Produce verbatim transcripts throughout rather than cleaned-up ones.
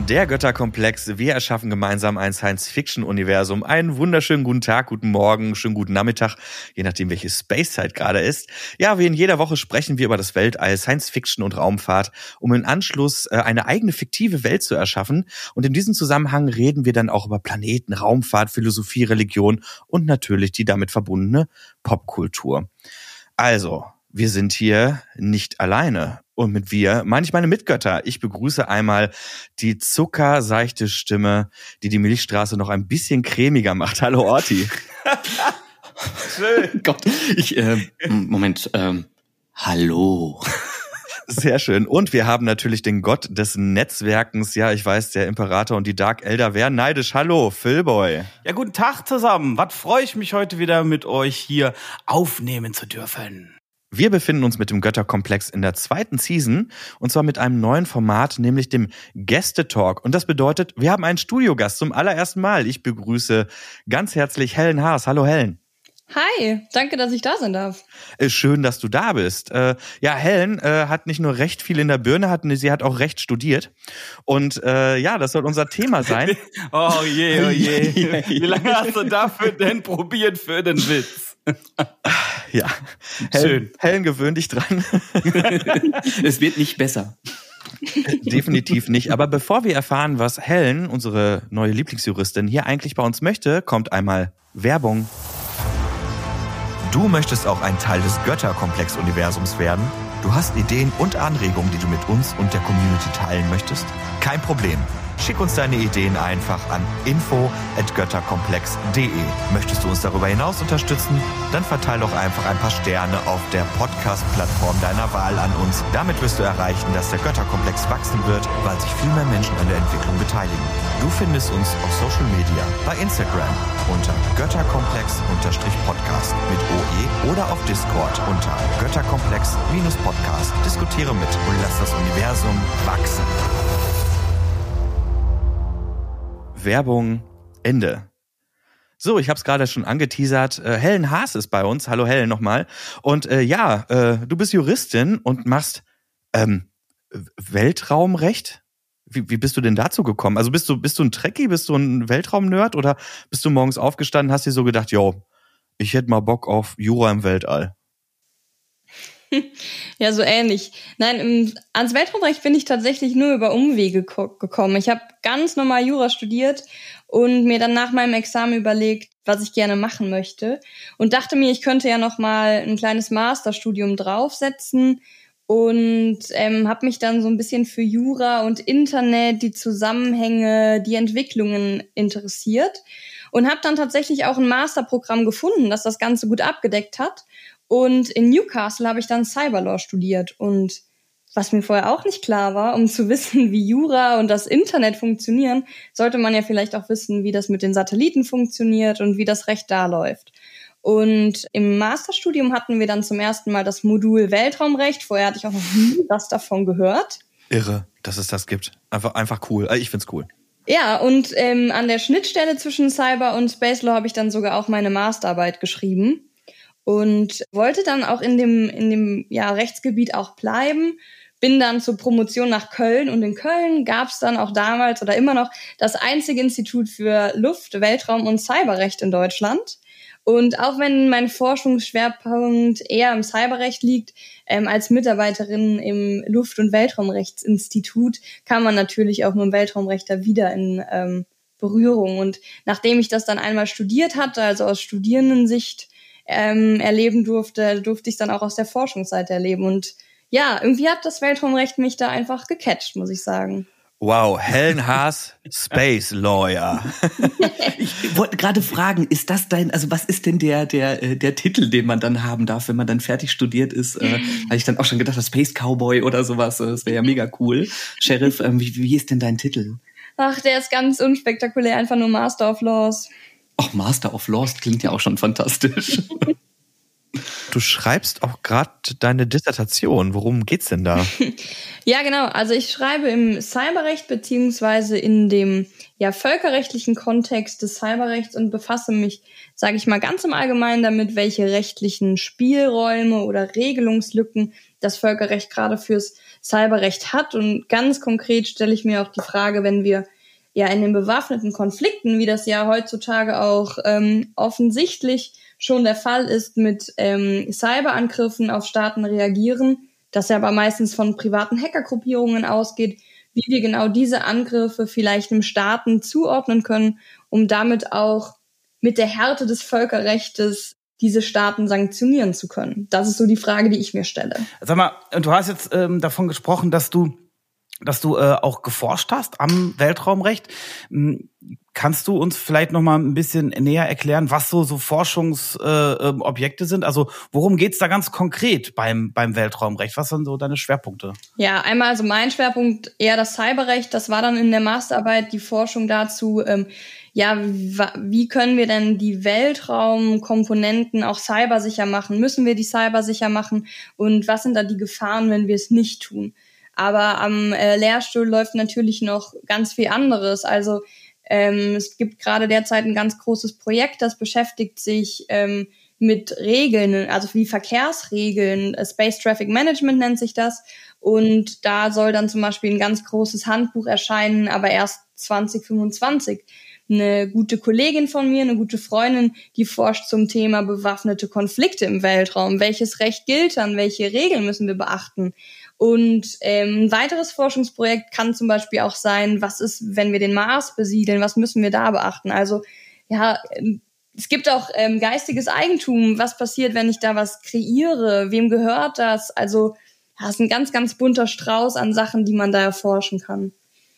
Der Götterkomplex. Wir erschaffen gemeinsam ein Science-Fiction-Universum. Einen wunderschönen guten Tag, guten Morgen, schönen guten Nachmittag, je nachdem, welche Space-Zeit gerade ist. Ja, wie in jeder Woche sprechen wir über das Weltall, Science-Fiction und Raumfahrt, um im Anschluss äh, eine eigene fiktive Welt zu erschaffen. Und in diesem Zusammenhang reden wir dann auch über Planeten, Raumfahrt, Philosophie, Religion und natürlich die damit verbundene Popkultur. Also, wir sind hier nicht alleine. Und mit wir meine ich meine Mitgötter. Ich begrüße einmal die zuckerseichte Stimme, die die Milchstraße noch ein bisschen cremiger macht. Hallo Orti. Schön. Gott, ich, äh, Moment, ähm, hallo. Sehr schön. Und wir haben natürlich den Gott des Netzwerkens. Ja, ich weiß, der Imperator und die Dark Elder wären neidisch. Hallo, Philboy. Ja, guten Tag zusammen. Was freue ich mich heute wieder mit euch hier aufnehmen zu dürfen. Wir befinden uns mit dem Götterkomplex in der zweiten Season und zwar mit einem neuen Format, nämlich dem Gästetalk. Und das bedeutet, wir haben einen Studiogast zum allerersten Mal. Ich begrüße ganz herzlich Helen Haas. Hallo Helen. Hi, danke, dass ich da sein darf. Schön, dass du da bist. Äh, ja, Helen äh, hat nicht nur recht viel in der Birne, hat, sie hat auch Recht studiert. Und äh, ja, das soll unser Thema sein. Oh je, oh je. Wie lange hast du dafür denn probiert für den Witz? Ja, Helen, Helen, gewöhn dich dran. Es wird nicht besser. Definitiv nicht. Aber bevor wir erfahren, was Helen, unsere neue Lieblingsjuristin, hier eigentlich bei uns möchte, kommt einmal Werbung. Du möchtest auch ein Teil des Götterkomplex-Universums werden? Du hast Ideen und Anregungen, die du mit uns und der Community teilen möchtest? Kein Problem. Schick uns deine Ideen einfach an info at götterkomplex punkt de. Möchtest du uns darüber hinaus unterstützen? Dann verteile doch einfach ein paar Sterne auf der Podcast-Plattform deiner Wahl an uns. Damit wirst du erreichen, dass der Götterkomplex wachsen wird, weil sich viel mehr Menschen an der Entwicklung beteiligen. Du findest uns auf Social Media, bei Instagram unter götterkomplex-podcast mit O E oder auf Discord unter götterkomplex-podcast. Diskutiere mit und lass das Universum wachsen. Werbung, Ende. So, ich habe es gerade schon angeteasert. Äh, Helen Haas ist bei uns. Hallo Helen nochmal. Und äh, ja, äh, du bist Juristin und machst ähm, Weltraumrecht. Wie, wie bist du denn dazu gekommen? Also bist du bist du ein Trekkie, bist du ein Weltraumnerd oder bist du morgens aufgestanden, hast dir so gedacht, yo, ich hätte mal Bock auf Jura im Weltall? Ja, so ähnlich. Nein, im, ans Weltraumrecht bin ich tatsächlich nur über Umwege ko- gekommen. Ich habe ganz normal Jura studiert und mir dann nach meinem Examen überlegt, was ich gerne machen möchte und dachte mir, ich könnte ja noch mal ein kleines Masterstudium draufsetzen und ähm, habe mich dann so ein bisschen für Jura und Internet, die Zusammenhänge, die Entwicklungen interessiert und habe dann tatsächlich auch ein Masterprogramm gefunden, das das Ganze gut abgedeckt hat. Und in Newcastle habe ich dann Cyberlaw studiert. Und was mir vorher auch nicht klar war, um zu wissen, wie Jura und das Internet funktionieren, sollte man ja vielleicht auch wissen, wie das mit den Satelliten funktioniert und wie das Recht da läuft. Und im Masterstudium hatten wir dann zum ersten Mal das Modul Weltraumrecht. Vorher hatte ich auch noch nie was davon gehört. Irre, dass es das gibt. Einfach, einfach cool. Ich find's cool. Ja, und ähm, an der Schnittstelle zwischen Cyber und Space Law habe ich dann sogar auch meine Masterarbeit geschrieben. Und wollte dann auch in dem in dem ja, Rechtsgebiet auch bleiben. Bin dann zur Promotion nach Köln und in Köln gab es dann auch damals oder immer noch das einzige Institut für Luft-, Weltraum- und Cyberrecht in Deutschland. Und auch wenn mein Forschungsschwerpunkt eher im Cyberrecht liegt, ähm, als Mitarbeiterin im Luft- und Weltraumrechtsinstitut kam man natürlich auch mit dem Weltraumrecht da wieder in ähm, Berührung. Und nachdem ich das dann einmal studiert hatte, also aus Studierendensicht, Ähm, erleben durfte, durfte ich dann auch aus der Forschungsseite erleben. Und ja, irgendwie hat das Weltraumrecht mich da einfach gecatcht, muss ich sagen. Wow, Helen Haas, Space Lawyer. Ich wollte gerade fragen, ist das dein, also was ist denn der der der Titel, den man dann haben darf, wenn man dann fertig studiert ist? Äh, habe ich dann auch schon gedacht, das Space Cowboy oder sowas, das wäre ja mega cool. Sheriff, ähm, wie, wie ist denn dein Titel? Ach, der ist ganz unspektakulär, einfach nur Master of Laws. Ach, Master of Laws klingt ja auch schon fantastisch. Du schreibst auch gerade deine Dissertation. Worum geht's denn da? Ja, genau. Also ich schreibe im Cyberrecht beziehungsweise in dem ja völkerrechtlichen Kontext des Cyberrechts und befasse mich, sage ich mal, ganz im Allgemeinen damit, welche rechtlichen Spielräume oder Regelungslücken das Völkerrecht gerade fürs Cyberrecht hat. Und ganz konkret stelle ich mir auch die Frage, wenn wir ja in den bewaffneten Konflikten, wie das ja heutzutage auch ähm, offensichtlich schon der Fall ist, mit ähm, Cyberangriffen auf Staaten reagieren, das ja aber meistens von privaten Hackergruppierungen ausgeht, wie wir genau diese Angriffe vielleicht einem Staaten zuordnen können, um damit auch mit der Härte des Völkerrechtes diese Staaten sanktionieren zu können. Das ist so die Frage, die ich mir stelle. Sag mal, du hast jetzt ähm, davon gesprochen, dass du dass du äh, auch geforscht hast am Weltraumrecht. Kannst du uns vielleicht noch mal ein bisschen näher erklären, was so so Forschungsobjekte äh, sind? Also worum geht's da ganz konkret beim beim Weltraumrecht? Was sind so deine Schwerpunkte? Ja, einmal also mein Schwerpunkt eher das Cyberrecht. Das war dann in der Masterarbeit die Forschung dazu, ähm, ja, wie können wir denn die Weltraumkomponenten auch cybersicher machen? Müssen wir die cybersicher machen? Und was sind da die Gefahren, wenn wir es nicht tun? Aber am äh, Lehrstuhl läuft natürlich noch ganz viel anderes. Also ähm, es gibt gerade derzeit ein ganz großes Projekt, das beschäftigt sich ähm, mit Regeln, also wie Verkehrsregeln. Space Traffic Management nennt sich das. Und da soll dann zum Beispiel ein ganz großes Handbuch erscheinen, aber erst zwanzig fünfundzwanzig. Eine gute Kollegin von mir, eine gute Freundin, die forscht zum Thema bewaffnete Konflikte im Weltraum. Welches Recht gilt dann? Welche Regeln müssen wir beachten? Und ähm, ein weiteres Forschungsprojekt kann zum Beispiel auch sein, was ist, wenn wir den Mars besiedeln? Was müssen wir da beachten? Also ja, es gibt auch ähm, geistiges Eigentum. Was passiert, wenn ich da was kreiere? Wem gehört das? Also ja, es ist ein ganz, ganz bunter Strauß an Sachen, die man da erforschen kann.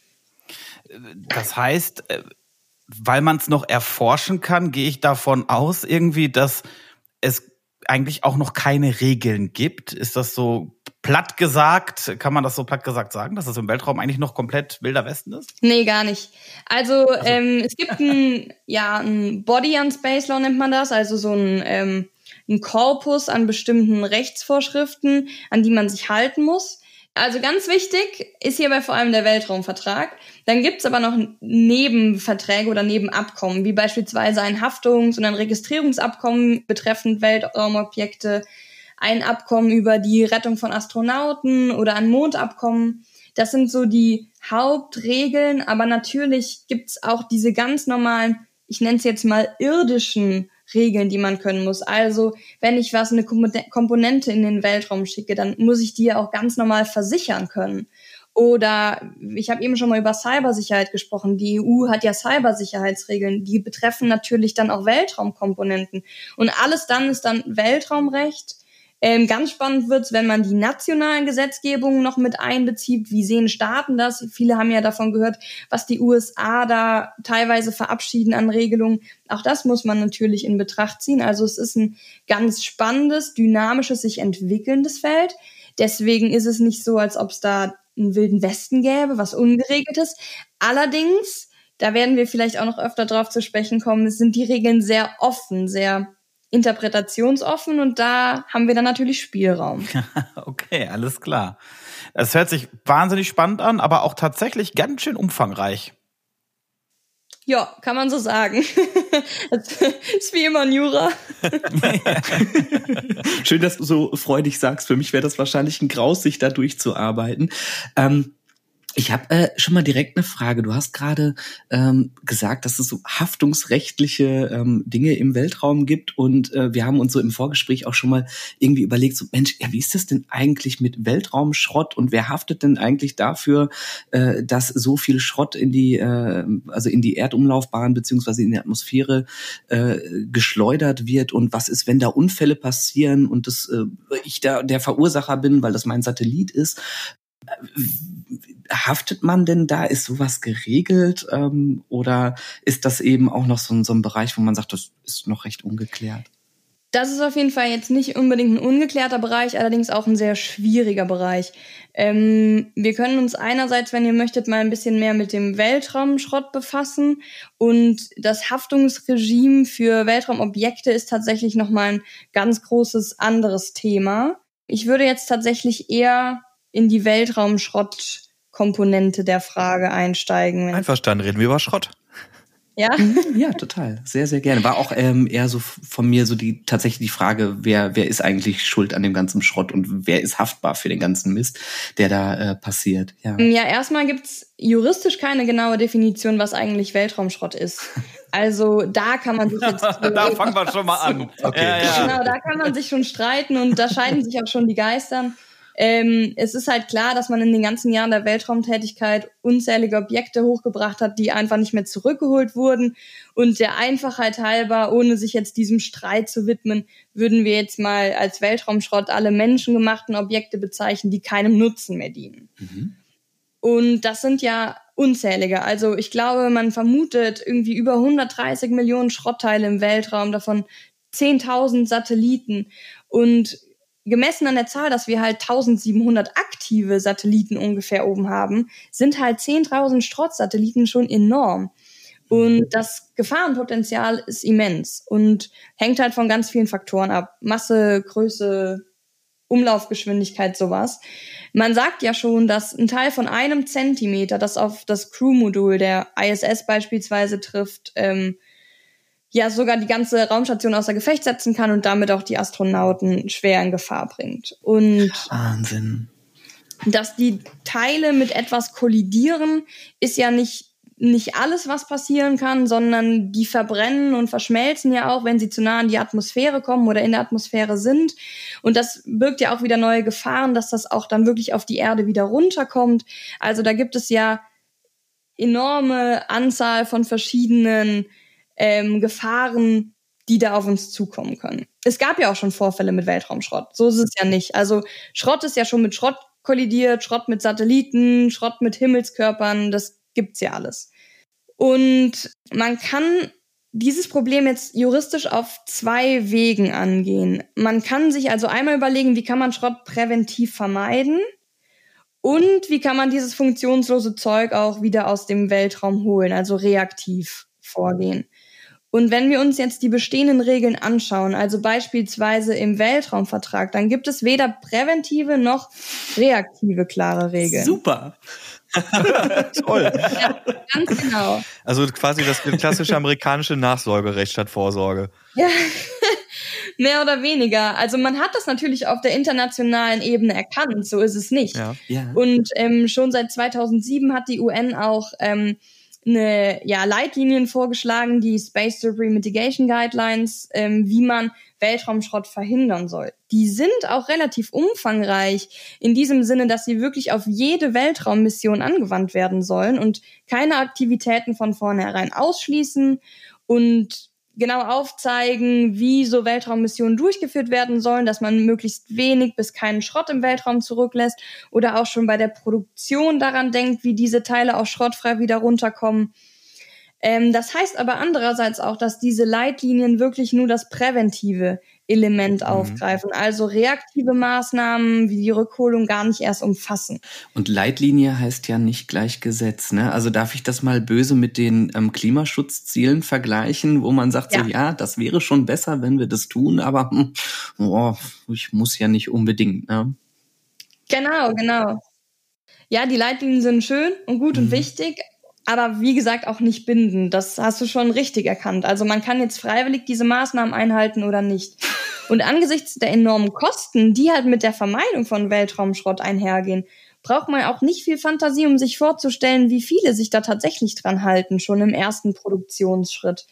Das heißt, weil man es noch erforschen kann, gehe ich davon aus irgendwie, dass es eigentlich auch noch keine Regeln gibt. Ist das so platt gesagt? Kann man das so platt gesagt sagen, dass das im Weltraum eigentlich noch komplett wilder Westen ist? Nee, gar nicht. Also, also. Ähm, es gibt ein, ja, ein Body on Space Law nennt man das, also so ein, ähm, ein Korpus an bestimmten Rechtsvorschriften, an die man sich halten muss. Also ganz wichtig ist hierbei vor allem der Weltraumvertrag. Dann gibt's aber noch Nebenverträge oder Nebenabkommen, wie beispielsweise ein Haftungs- und ein Registrierungsabkommen betreffend Weltraumobjekte, ein Abkommen über die Rettung von Astronauten oder ein Mondabkommen. Das sind so die Hauptregeln, aber natürlich gibt's auch diese ganz normalen, ich nenne es jetzt mal irdischen Regeln, die man können muss. Also, wenn ich was, eine Komponente in den Weltraum schicke, dann muss ich die ja auch ganz normal versichern können. Oder ich habe eben schon mal über Cybersicherheit gesprochen. Die E U hat ja Cybersicherheitsregeln, die betreffen natürlich dann auch Weltraumkomponenten. Und alles dann ist dann Weltraumrecht. Ähm, ganz spannend wird's, wenn man die nationalen Gesetzgebungen noch mit einbezieht. Wie sehen Staaten das? Viele haben ja davon gehört, was die U S A da teilweise verabschieden an Regelungen. Auch das muss man natürlich in Betracht ziehen. Also es ist ein ganz spannendes, dynamisches, sich entwickelndes Feld. Deswegen ist es nicht so, als ob es da einen wilden Westen gäbe, was Ungeregeltes. Allerdings, da werden wir vielleicht auch noch öfter drauf zu sprechen kommen, sind die Regeln sehr offen, sehr interpretationsoffen und da haben wir dann natürlich Spielraum. Okay, alles klar. Es hört sich wahnsinnig spannend an, aber auch tatsächlich ganz schön umfangreich. Ja, kann man so sagen. Das ist wie immer ein Jura. Schön, dass du so freudig sagst. Für mich wäre das wahrscheinlich ein Graus, sich da durchzuarbeiten. Ähm, Ich habe äh, schon mal direkt eine Frage. Du hast gerade ähm, gesagt, dass es so haftungsrechtliche ähm, Dinge im Weltraum gibt und äh, wir haben uns so im Vorgespräch auch schon mal irgendwie überlegt, so Mensch, ja, wie ist das denn eigentlich mit Weltraumschrott und wer haftet denn eigentlich dafür, äh, dass so viel Schrott in die äh, also in die Erdumlaufbahn beziehungsweise in die Atmosphäre äh, geschleudert wird und was ist, wenn da Unfälle passieren und das äh, ich da der Verursacher bin, weil das mein Satellit ist. Haftet man denn da? Ist sowas geregelt? Ähm, oder ist das eben auch noch so, so ein Bereich, wo man sagt, das ist noch recht ungeklärt? Das ist auf jeden Fall jetzt nicht unbedingt ein ungeklärter Bereich, allerdings auch ein sehr schwieriger Bereich. Ähm, wir können uns einerseits, wenn ihr möchtet, mal ein bisschen mehr mit dem Weltraumschrott befassen. Und das Haftungsregime für Weltraumobjekte ist tatsächlich nochmal ein ganz großes anderes Thema. Ich würde jetzt tatsächlich eher in die Weltraumschrottkomponente der Frage einsteigen. Einverstanden, reden wir über Schrott. Ja? Ja, total. Sehr, sehr gerne. War auch ähm, eher so von mir so die tatsächlich die Frage, wer wer ist eigentlich schuld an dem ganzen Schrott und wer ist haftbar für den ganzen Mist, der da äh, passiert. Ja, ja, erstmal gibt's juristisch keine genaue Definition, was eigentlich Weltraumschrott ist. Also da kann man sich jetzt... Da fangen wir schon mal an. Okay. Ja, ja. Genau, da kann man sich schon streiten und da scheiden sich auch schon die Geistern. Ähm, es ist halt klar, dass man in den ganzen Jahren der Weltraumtätigkeit unzählige Objekte hochgebracht hat, die einfach nicht mehr zurückgeholt wurden. Und der Einfachheit halber, ohne sich jetzt diesem Streit zu widmen, würden wir jetzt mal als Weltraumschrott alle menschengemachten Objekte bezeichnen, die keinem Nutzen mehr dienen. Mhm. Und das sind ja unzählige. Also ich glaube, man vermutet irgendwie über hundertdreißig Millionen Schrottteile im Weltraum, davon zehntausend Satelliten. Und gemessen an der Zahl, dass wir halt eintausendsiebenhundert aktive Satelliten ungefähr oben haben, sind halt zehntausend Schrottsatelliten schon enorm. Und das Gefahrenpotenzial ist immens und hängt halt von ganz vielen Faktoren ab. Masse, Größe, Umlaufgeschwindigkeit, sowas. Man sagt ja schon, dass ein Teil von einem Zentimeter, das auf das Crew-Modul der I S S beispielsweise trifft, ähm, ja sogar die ganze Raumstation außer Gefecht setzen kann und damit auch die Astronauten schwer in Gefahr bringt. Und Wahnsinn. Dass die Teile mit etwas kollidieren, ist ja nicht nicht alles, was passieren kann, sondern die verbrennen und verschmelzen ja auch, wenn sie zu nah an die Atmosphäre kommen oder in der Atmosphäre sind. Und das birgt ja auch wieder neue Gefahren, dass das auch dann wirklich auf die Erde wieder runterkommt. Also da gibt es ja enorme Anzahl von verschiedenen ähm, Gefahren, die da auf uns zukommen können. Es gab ja auch schon Vorfälle mit Weltraumschrott. So ist es ja nicht. Also Schrott ist ja schon mit Schrott kollidiert, Schrott mit Satelliten, Schrott mit Himmelskörpern, das gibt's ja alles. Und man kann dieses Problem jetzt juristisch auf zwei Wegen angehen. Man kann sich also einmal überlegen, wie kann man Schrott präventiv vermeiden und wie kann man dieses funktionslose Zeug auch wieder aus dem Weltraum holen, also reaktiv vorgehen. Und wenn wir uns jetzt die bestehenden Regeln anschauen, also beispielsweise im Weltraumvertrag, dann gibt es weder präventive noch reaktive klare Regeln. Super. Toll. Ja, ganz genau. Also quasi das klassische amerikanische Nachsorgerecht statt Vorsorge. Ja, mehr oder weniger. Also man hat das natürlich auf der internationalen Ebene erkannt, so ist es nicht. Ja. Ja. Und ähm, schon seit zweitausendsieben hat die U N auch ähm, eine ja, Leitlinien vorgeschlagen, die Space Debris Mitigation Guidelines, ähm, wie man Weltraumschrott verhindern soll. Die sind auch relativ umfangreich in diesem Sinne, dass sie wirklich auf jede Weltraummission angewandt werden sollen und keine Aktivitäten von vornherein ausschließen und genau aufzeigen, wie so Weltraummissionen durchgeführt werden sollen, dass man möglichst wenig bis keinen Schrott im Weltraum zurücklässt oder auch schon bei der Produktion daran denkt, wie diese Teile auch schrottfrei wieder runterkommen. Ähm, das heißt aber andererseits auch, dass diese Leitlinien wirklich nur das präventive Element aufgreifen, also reaktive Maßnahmen wie die Rückholung gar nicht erst umfassen. Und Leitlinie heißt ja nicht gleich Gesetz, ne? Also darf ich das mal böse mit den ähm, Klimaschutzzielen vergleichen, wo man sagt, ja. so ja, das wäre schon besser, wenn wir das tun, aber hm, oh, ich muss ja nicht unbedingt, ne? Genau, genau. Ja, die Leitlinien sind schön und gut mhm. und wichtig, aber wie gesagt auch nicht bindend. Das hast du schon richtig erkannt. Also man kann jetzt freiwillig diese Maßnahmen einhalten oder nicht. Und angesichts der enormen Kosten, die halt mit der Vermeidung von Weltraumschrott einhergehen, braucht man auch nicht viel Fantasie, um sich vorzustellen, wie viele sich da tatsächlich dran halten, schon im ersten Produktionsschritt.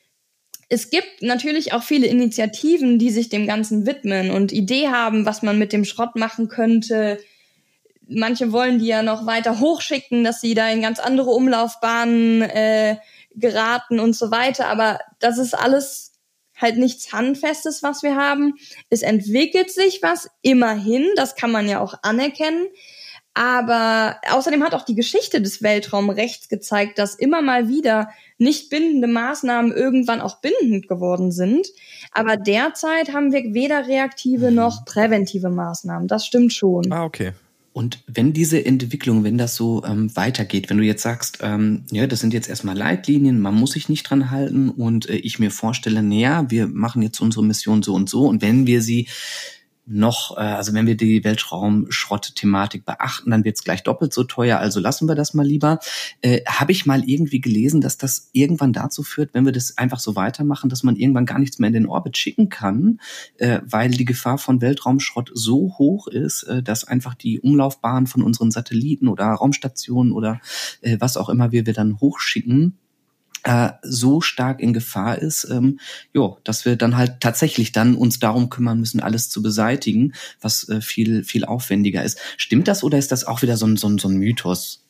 Es gibt natürlich auch viele Initiativen, die sich dem Ganzen widmen und Idee haben, was man mit dem Schrott machen könnte. Manche wollen die ja noch weiter hochschicken, dass sie da in ganz andere Umlaufbahnen äh, geraten und so weiter. Aber das ist alles halt nichts Handfestes, was wir haben. Es entwickelt sich was, immerhin, das kann man ja auch anerkennen. Aber außerdem hat auch die Geschichte des Weltraumrechts gezeigt, dass immer mal wieder nicht bindende Maßnahmen irgendwann auch bindend geworden sind. Aber derzeit haben wir weder reaktive noch präventive Maßnahmen. Das stimmt schon. Ah, okay. Und wenn diese Entwicklung, wenn das so ähm, weitergeht, wenn du jetzt sagst, ähm, ja, das sind jetzt erstmal Leitlinien, man muss sich nicht dran halten und äh, ich mir vorstelle, naja, wir machen jetzt unsere Mission so und so und wenn wir sie noch, äh, also wenn wir die Weltraumschrott-Thematik beachten, dann wird es gleich doppelt so teuer, also lassen wir das mal lieber. Äh, habe ich mal irgendwie gelesen, dass das irgendwann dazu führt, wenn wir das einfach so weitermachen, dass man irgendwann gar nichts mehr in den Orbit schicken kann, äh, weil die Gefahr von Weltraumschrott so hoch ist, äh, dass einfach die Umlaufbahn von unseren Satelliten oder Raumstationen oder äh, was auch immer wir, wir dann hochschicken, Äh, so stark in Gefahr ist, ähm, jo, dass wir dann halt tatsächlich dann uns darum kümmern müssen, alles zu beseitigen, was äh, viel viel aufwendiger ist. Stimmt das oder ist das auch wieder so ein so ein, so ein Mythos?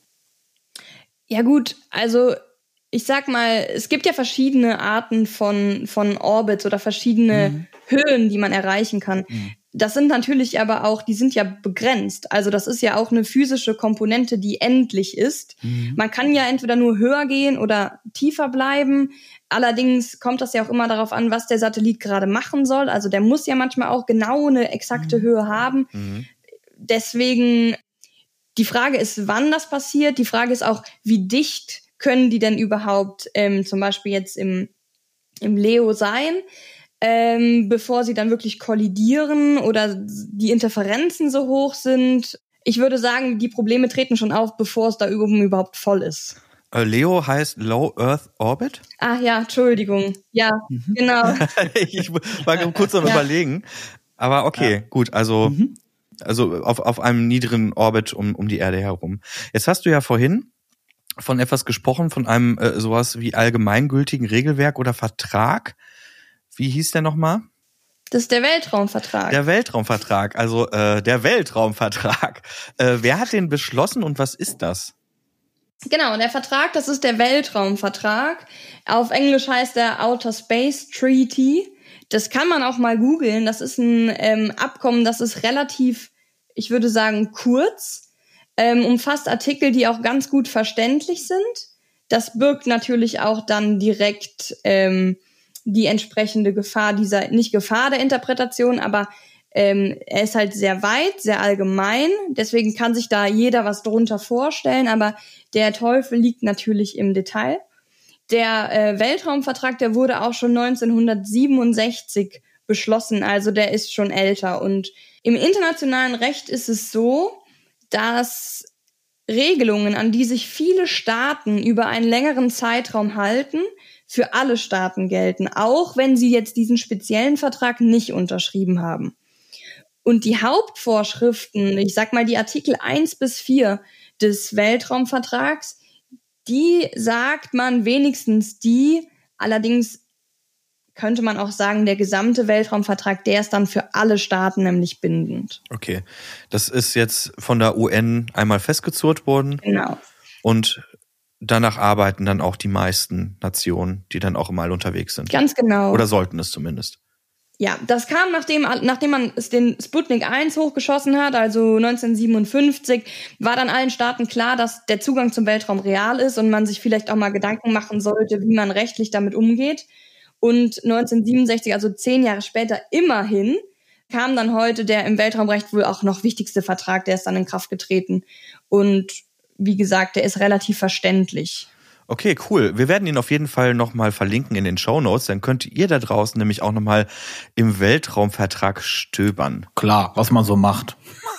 Ja gut, also ich sag mal, es gibt ja verschiedene Arten von von Orbits oder verschiedene mhm. Höhen, die man erreichen kann. Mhm. Das sind natürlich aber auch, die sind ja begrenzt. Also das ist ja auch eine physische Komponente, die endlich ist. Mhm. Man kann ja entweder nur höher gehen oder tiefer bleiben. Allerdings kommt das ja auch immer darauf an, was der Satellit gerade machen soll. Also der muss ja manchmal auch genau eine exakte mhm. Höhe haben. Mhm. Deswegen, die Frage ist, wann das passiert. Die Frage ist auch, wie dicht können die denn überhaupt ähm, zum Beispiel jetzt im, im Leo sein? Ähm, bevor sie dann wirklich kollidieren oder die Interferenzen so hoch sind. Ich würde sagen, die Probleme treten schon auf, bevor es da überhaupt voll ist. Leo heißt Low Earth Orbit? Ach ja, Entschuldigung. Ja, mhm. genau. Ich war kurz am ja. Überlegen. Aber okay, ja. gut. Also, mhm. also auf, auf einem niedrigen Orbit um, um die Erde herum. Jetzt hast du ja vorhin von etwas gesprochen, von einem äh, sowas wie allgemeingültigen Regelwerk oder Vertrag. Wie hieß der nochmal? Das ist der Weltraumvertrag. Der Weltraumvertrag, also äh, der Weltraumvertrag. Äh, wer hat den beschlossen und was ist das? Genau, der Vertrag, das ist der Weltraumvertrag. Auf Englisch heißt der Outer Space Treaty. Das kann man auch mal googeln. Das ist ein ähm, Abkommen, das ist relativ, ich würde sagen, kurz. Ähm, umfasst Artikel, die auch ganz gut verständlich sind. Das birgt natürlich auch dann direkt ähm, die entsprechende Gefahr dieser, nicht Gefahr der Interpretation, aber ähm, er ist halt sehr weit, sehr allgemein, deswegen kann sich da jeder was drunter vorstellen, aber der Teufel liegt natürlich im Detail. Der äh, Weltraumvertrag, der wurde auch schon neunzehnhundertsiebenundsechzig beschlossen, also der ist schon älter. Und im internationalen Recht ist es so, dass Regelungen, an die sich viele Staaten über einen längeren Zeitraum halten, für alle Staaten gelten, auch wenn sie jetzt diesen speziellen Vertrag nicht unterschrieben haben. Und die Hauptvorschriften, ich sag mal die Artikel eins bis vier des Weltraumvertrags, die sagt man wenigstens die, allerdings könnte man auch sagen, der gesamte Weltraumvertrag, der ist dann für alle Staaten nämlich bindend. Okay, das ist jetzt von der U N einmal festgezurrt worden. Genau. Und danach arbeiten dann auch die meisten Nationen, die dann auch im All unterwegs sind. Ganz genau. Oder sollten es zumindest. Ja, das kam, nachdem, nachdem man den Sputnik eins hochgeschossen hat, also neunzehnhundertsiebenundfünfzig, war dann allen Staaten klar, dass der Zugang zum Weltraum real ist und man sich vielleicht auch mal Gedanken machen sollte, wie man rechtlich damit umgeht. Und neunzehnhundertsiebenundsechzig, also zehn Jahre später, immerhin, kam dann heute der im Weltraumrecht wohl auch noch wichtigste Vertrag, der ist dann in Kraft getreten. Und wie gesagt, der ist relativ verständlich. Okay, cool. Wir werden ihn auf jeden Fall nochmal verlinken in den Shownotes. Dann könnt ihr da draußen nämlich auch nochmal im Weltraumvertrag stöbern. Klar, was man so macht.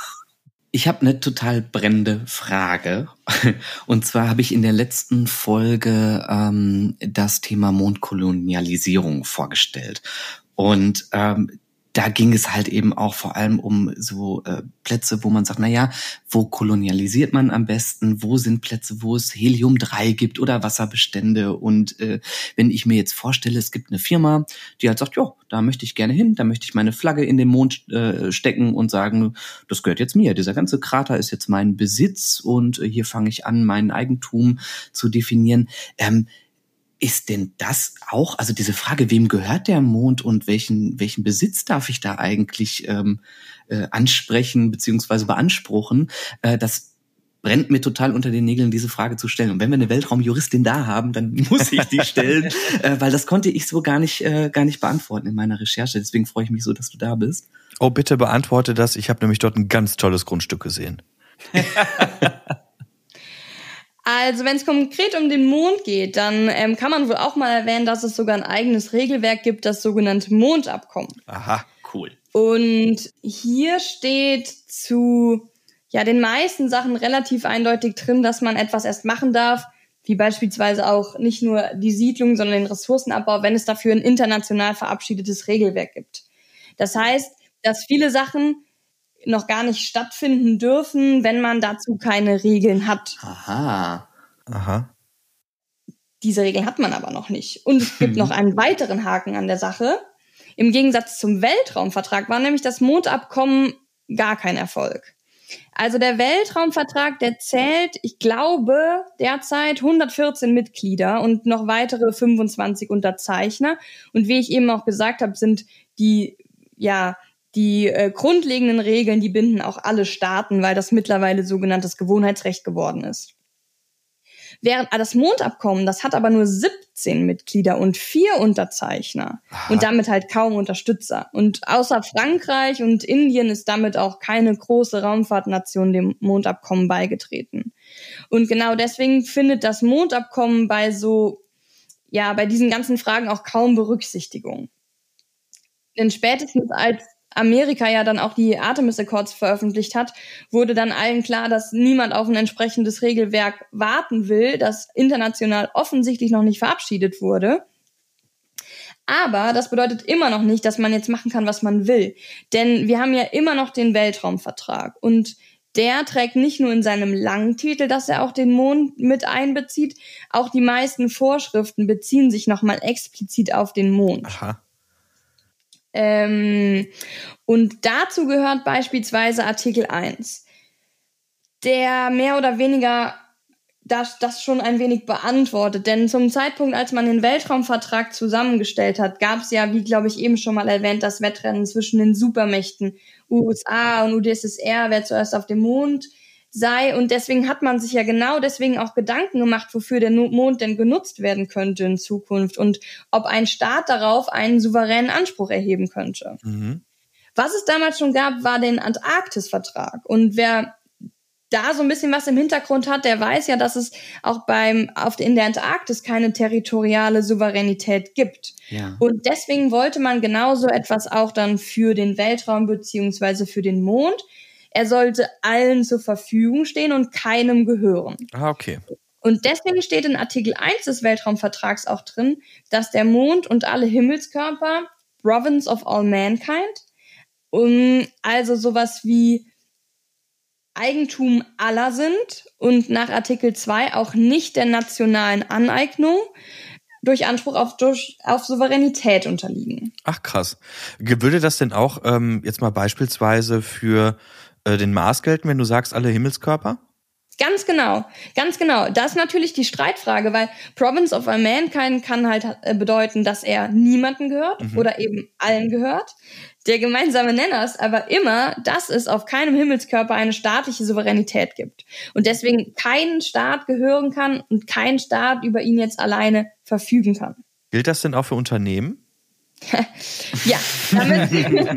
Ich habe eine total brennende Frage. Und zwar habe ich in der letzten Folge ähm, das Thema Mondkolonialisierung vorgestellt. Und ähm, da ging es halt eben auch vor allem um so äh, Plätze, wo man sagt, na ja, wo kolonialisiert man am besten? Wo sind Plätze, wo es Helium drei gibt oder Wasserbestände? Und äh, wenn ich mir jetzt vorstelle, es gibt eine Firma, die halt sagt, ja, da möchte ich gerne hin, da möchte ich meine Flagge in den Mond äh, stecken und sagen, das gehört jetzt mir. Dieser ganze Krater ist jetzt mein Besitz und äh, hier fange ich an, mein Eigentum zu definieren. Ähm, Ist denn das auch, also diese Frage, wem gehört der Mond und welchen welchen Besitz darf ich da eigentlich ähm, äh, ansprechen beziehungsweise beanspruchen, äh, das brennt mir total unter den Nägeln, diese Frage zu stellen. Und wenn wir eine Weltraumjuristin da haben, dann muss ich die stellen, äh, weil das konnte ich so gar nicht äh, gar nicht beantworten in meiner Recherche. Deswegen freue ich mich so, dass du da bist. Oh, bitte beantworte das. Ich habe nämlich dort ein ganz tolles Grundstück gesehen. Also wenn es konkret um den Mond geht, dann ähm, kann man wohl auch mal erwähnen, dass es sogar ein eigenes Regelwerk gibt, das sogenannte Mondabkommen. Aha, cool. Und hier steht zu ja den meisten Sachen relativ eindeutig drin, dass man etwas erst machen darf, wie beispielsweise auch nicht nur die Siedlung, sondern den Ressourcenabbau, wenn es dafür ein international verabschiedetes Regelwerk gibt. Das heißt, dass viele Sachen noch gar nicht stattfinden dürfen, wenn man dazu keine Regeln hat. Aha. Aha. Diese Regeln hat man aber noch nicht. Und es gibt noch einen weiteren Haken an der Sache. Im Gegensatz zum Weltraumvertrag war nämlich das Mondabkommen gar kein Erfolg. Also der Weltraumvertrag, der zählt, ich glaube, derzeit hundertvierzehn Mitglieder und noch weitere fünfundzwanzig Unterzeichner. Und wie ich eben auch gesagt habe, sind die, ja, die äh, grundlegenden Regeln, die binden auch alle Staaten, weil das mittlerweile sogenanntes Gewohnheitsrecht geworden ist. Während das Mondabkommen, das hat aber nur siebzehn Mitglieder und vier Unterzeichner. Aha. Und damit halt kaum Unterstützer. Und außer Frankreich und Indien ist damit auch keine große Raumfahrtnation dem Mondabkommen beigetreten. Und genau deswegen findet das Mondabkommen bei so, ja, bei diesen ganzen Fragen auch kaum Berücksichtigung. Denn spätestens als Amerika ja dann auch die Artemis Accords veröffentlicht hat, wurde dann allen klar, dass niemand auf ein entsprechendes Regelwerk warten will, das international offensichtlich noch nicht verabschiedet wurde. Aber das bedeutet immer noch nicht, dass man jetzt machen kann, was man will. Denn wir haben ja immer noch den Weltraumvertrag. Und der trägt nicht nur in seinem langen Titel, dass er auch den Mond mit einbezieht, auch die meisten Vorschriften beziehen sich nochmal explizit auf den Mond. Aha. Ähm, und dazu gehört beispielsweise Artikel eins, der mehr oder weniger das, das schon ein wenig beantwortet. Denn zum Zeitpunkt, als man den Weltraumvertrag zusammengestellt hat, gab es ja, wie glaube ich eben schon mal erwähnt, das Wettrennen zwischen den Supermächten U S A und U d S S R, wer zuerst auf dem Mond sei. Und deswegen hat man sich ja genau deswegen auch Gedanken gemacht, wofür der Mond denn genutzt werden könnte in Zukunft und ob ein Staat darauf einen souveränen Anspruch erheben könnte. Mhm. Was es damals schon gab, war den Antarktis-Vertrag. Und wer da so ein bisschen was im Hintergrund hat, der weiß ja, dass es auch beim auf in der Antarktis keine territoriale Souveränität gibt. Ja. Und deswegen wollte man genauso etwas auch dann für den Weltraum beziehungsweise für den Mond. Er sollte allen zur Verfügung stehen und keinem gehören. Ah, okay. Und deswegen steht in Artikel eins des Weltraumvertrags auch drin, dass der Mond und alle Himmelskörper Province of all mankind, um, also sowas wie Eigentum aller sind und nach Artikel zwei auch nicht der nationalen Aneignung durch Anspruch auf, durch, auf Souveränität unterliegen. Ach krass. Würde das denn auch ähm, jetzt mal beispielsweise für den Mars gelten, wenn du sagst, alle Himmelskörper? Ganz genau, ganz genau. Das ist natürlich die Streitfrage, weil Province of all mankind kann halt bedeuten, dass er niemanden gehört mhm. oder eben allen gehört. Der gemeinsame Nenner ist aber immer, dass es auf keinem Himmelskörper eine staatliche Souveränität gibt. Und deswegen kein Staat gehören kann und kein Staat über ihn jetzt alleine verfügen kann. Gilt das denn auch für Unternehmen? Ja, damit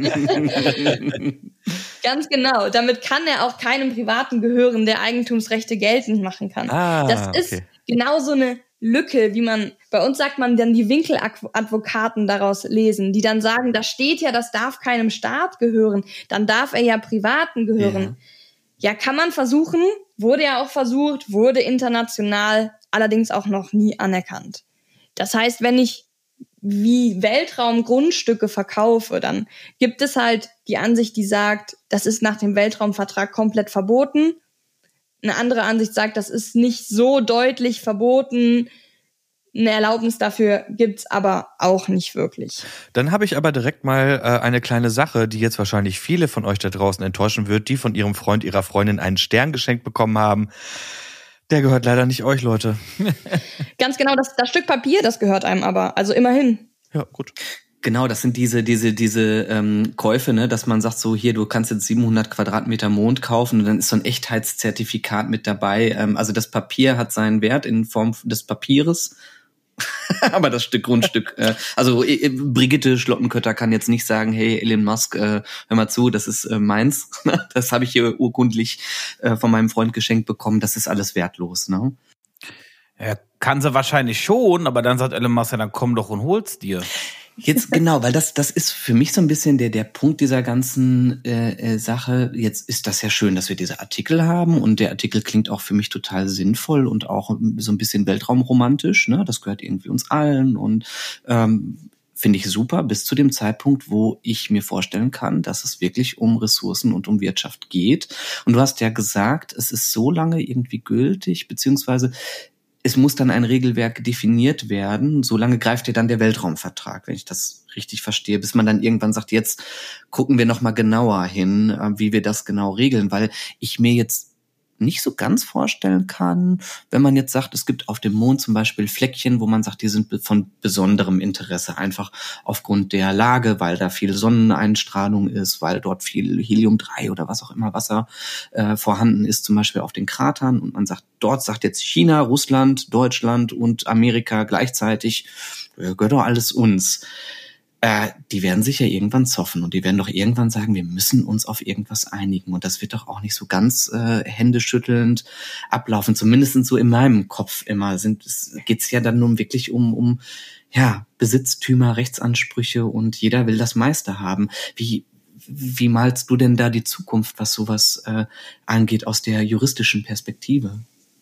ganz genau. Damit kann er auch keinem Privaten gehören, der Eigentumsrechte geltend machen kann. Ah, das ist okay. Genau so eine Lücke, wie man, bei uns sagt man dann die Winkeladvokaten daraus lesen, die dann sagen, da steht ja, das darf keinem Staat gehören, dann darf er ja Privaten gehören. Ja, ja kann man versuchen, wurde ja auch versucht, wurde international allerdings auch noch nie anerkannt. Das heißt, wenn ich wie Weltraumgrundstücke verkaufe, dann gibt es halt die Ansicht, die sagt, das ist nach dem Weltraumvertrag komplett verboten. Eine andere Ansicht sagt, das ist nicht so deutlich verboten. Eine Erlaubnis dafür gibt's aber auch nicht wirklich. Dann habe ich aber direkt mal äh, eine kleine Sache, die jetzt wahrscheinlich viele von euch da draußen enttäuschen wird, die von ihrem Freund, ihrer Freundin einen Stern geschenkt bekommen haben. Der gehört leider nicht euch, Leute. Ganz genau, das, das Stück Papier, das gehört einem aber. Also immerhin. Ja, gut. Genau, das sind diese diese diese ähm, Käufe, ne, dass man sagt so, hier, du kannst jetzt siebenhundert Quadratmeter Mond kaufen und dann ist so ein Echtheitszertifikat mit dabei. Ähm, also das Papier hat seinen Wert in Form des Papieres. Aber das Stück Grundstück, äh, also äh, Brigitte Schlottenkötter kann jetzt nicht sagen, hey Elon Musk, äh, hör mal zu, das ist äh, meins. Das habe ich hier urkundlich äh, von meinem Freund geschenkt bekommen. Das ist alles wertlos, ne? Ja, kann sie wahrscheinlich schon, aber dann sagt Elon Musk, ja, dann komm doch und hol's dir. Jetzt genau, weil das das ist für mich so ein bisschen der der Punkt dieser ganzen äh, äh, Sache. Jetzt ist das ja schön, dass wir diese Artikel haben und der Artikel klingt auch für mich total sinnvoll und auch so ein bisschen weltraumromantisch. Ne, das gehört irgendwie uns allen und ähm, finde ich super bis zu dem Zeitpunkt, wo ich mir vorstellen kann, dass es wirklich um Ressourcen und um Wirtschaft geht. Und du hast ja gesagt, es ist so lange irgendwie gültig, beziehungsweise es muss dann ein Regelwerk definiert werden. Solange greift ja dann der Weltraumvertrag, wenn ich das richtig verstehe, bis man dann irgendwann sagt, jetzt gucken wir noch mal genauer hin, wie wir das genau regeln, weil ich mir jetzt nicht so ganz vorstellen kann, wenn man jetzt sagt, es gibt auf dem Mond zum Beispiel Fleckchen, wo man sagt, die sind von besonderem Interesse, einfach aufgrund der Lage, weil da viel Sonneneinstrahlung ist, weil dort viel Helium drei oder was auch immer Wasser äh, vorhanden ist, zum Beispiel auf den Kratern. Und man sagt, dort sagt jetzt China, Russland, Deutschland und Amerika gleichzeitig, äh, gehört doch alles uns. Äh, die werden sich ja irgendwann zoffen und die werden doch irgendwann sagen, wir müssen uns auf irgendwas einigen. Und das wird doch auch nicht so ganz äh, händeschüttelnd ablaufen. Zumindest so in meinem Kopf immer sind es geht's ja dann nun wirklich um um ja Besitztümer, Rechtsansprüche und jeder will das meiste haben. Wie wie malst du denn da die Zukunft, was sowas äh, angeht, aus der juristischen Perspektive?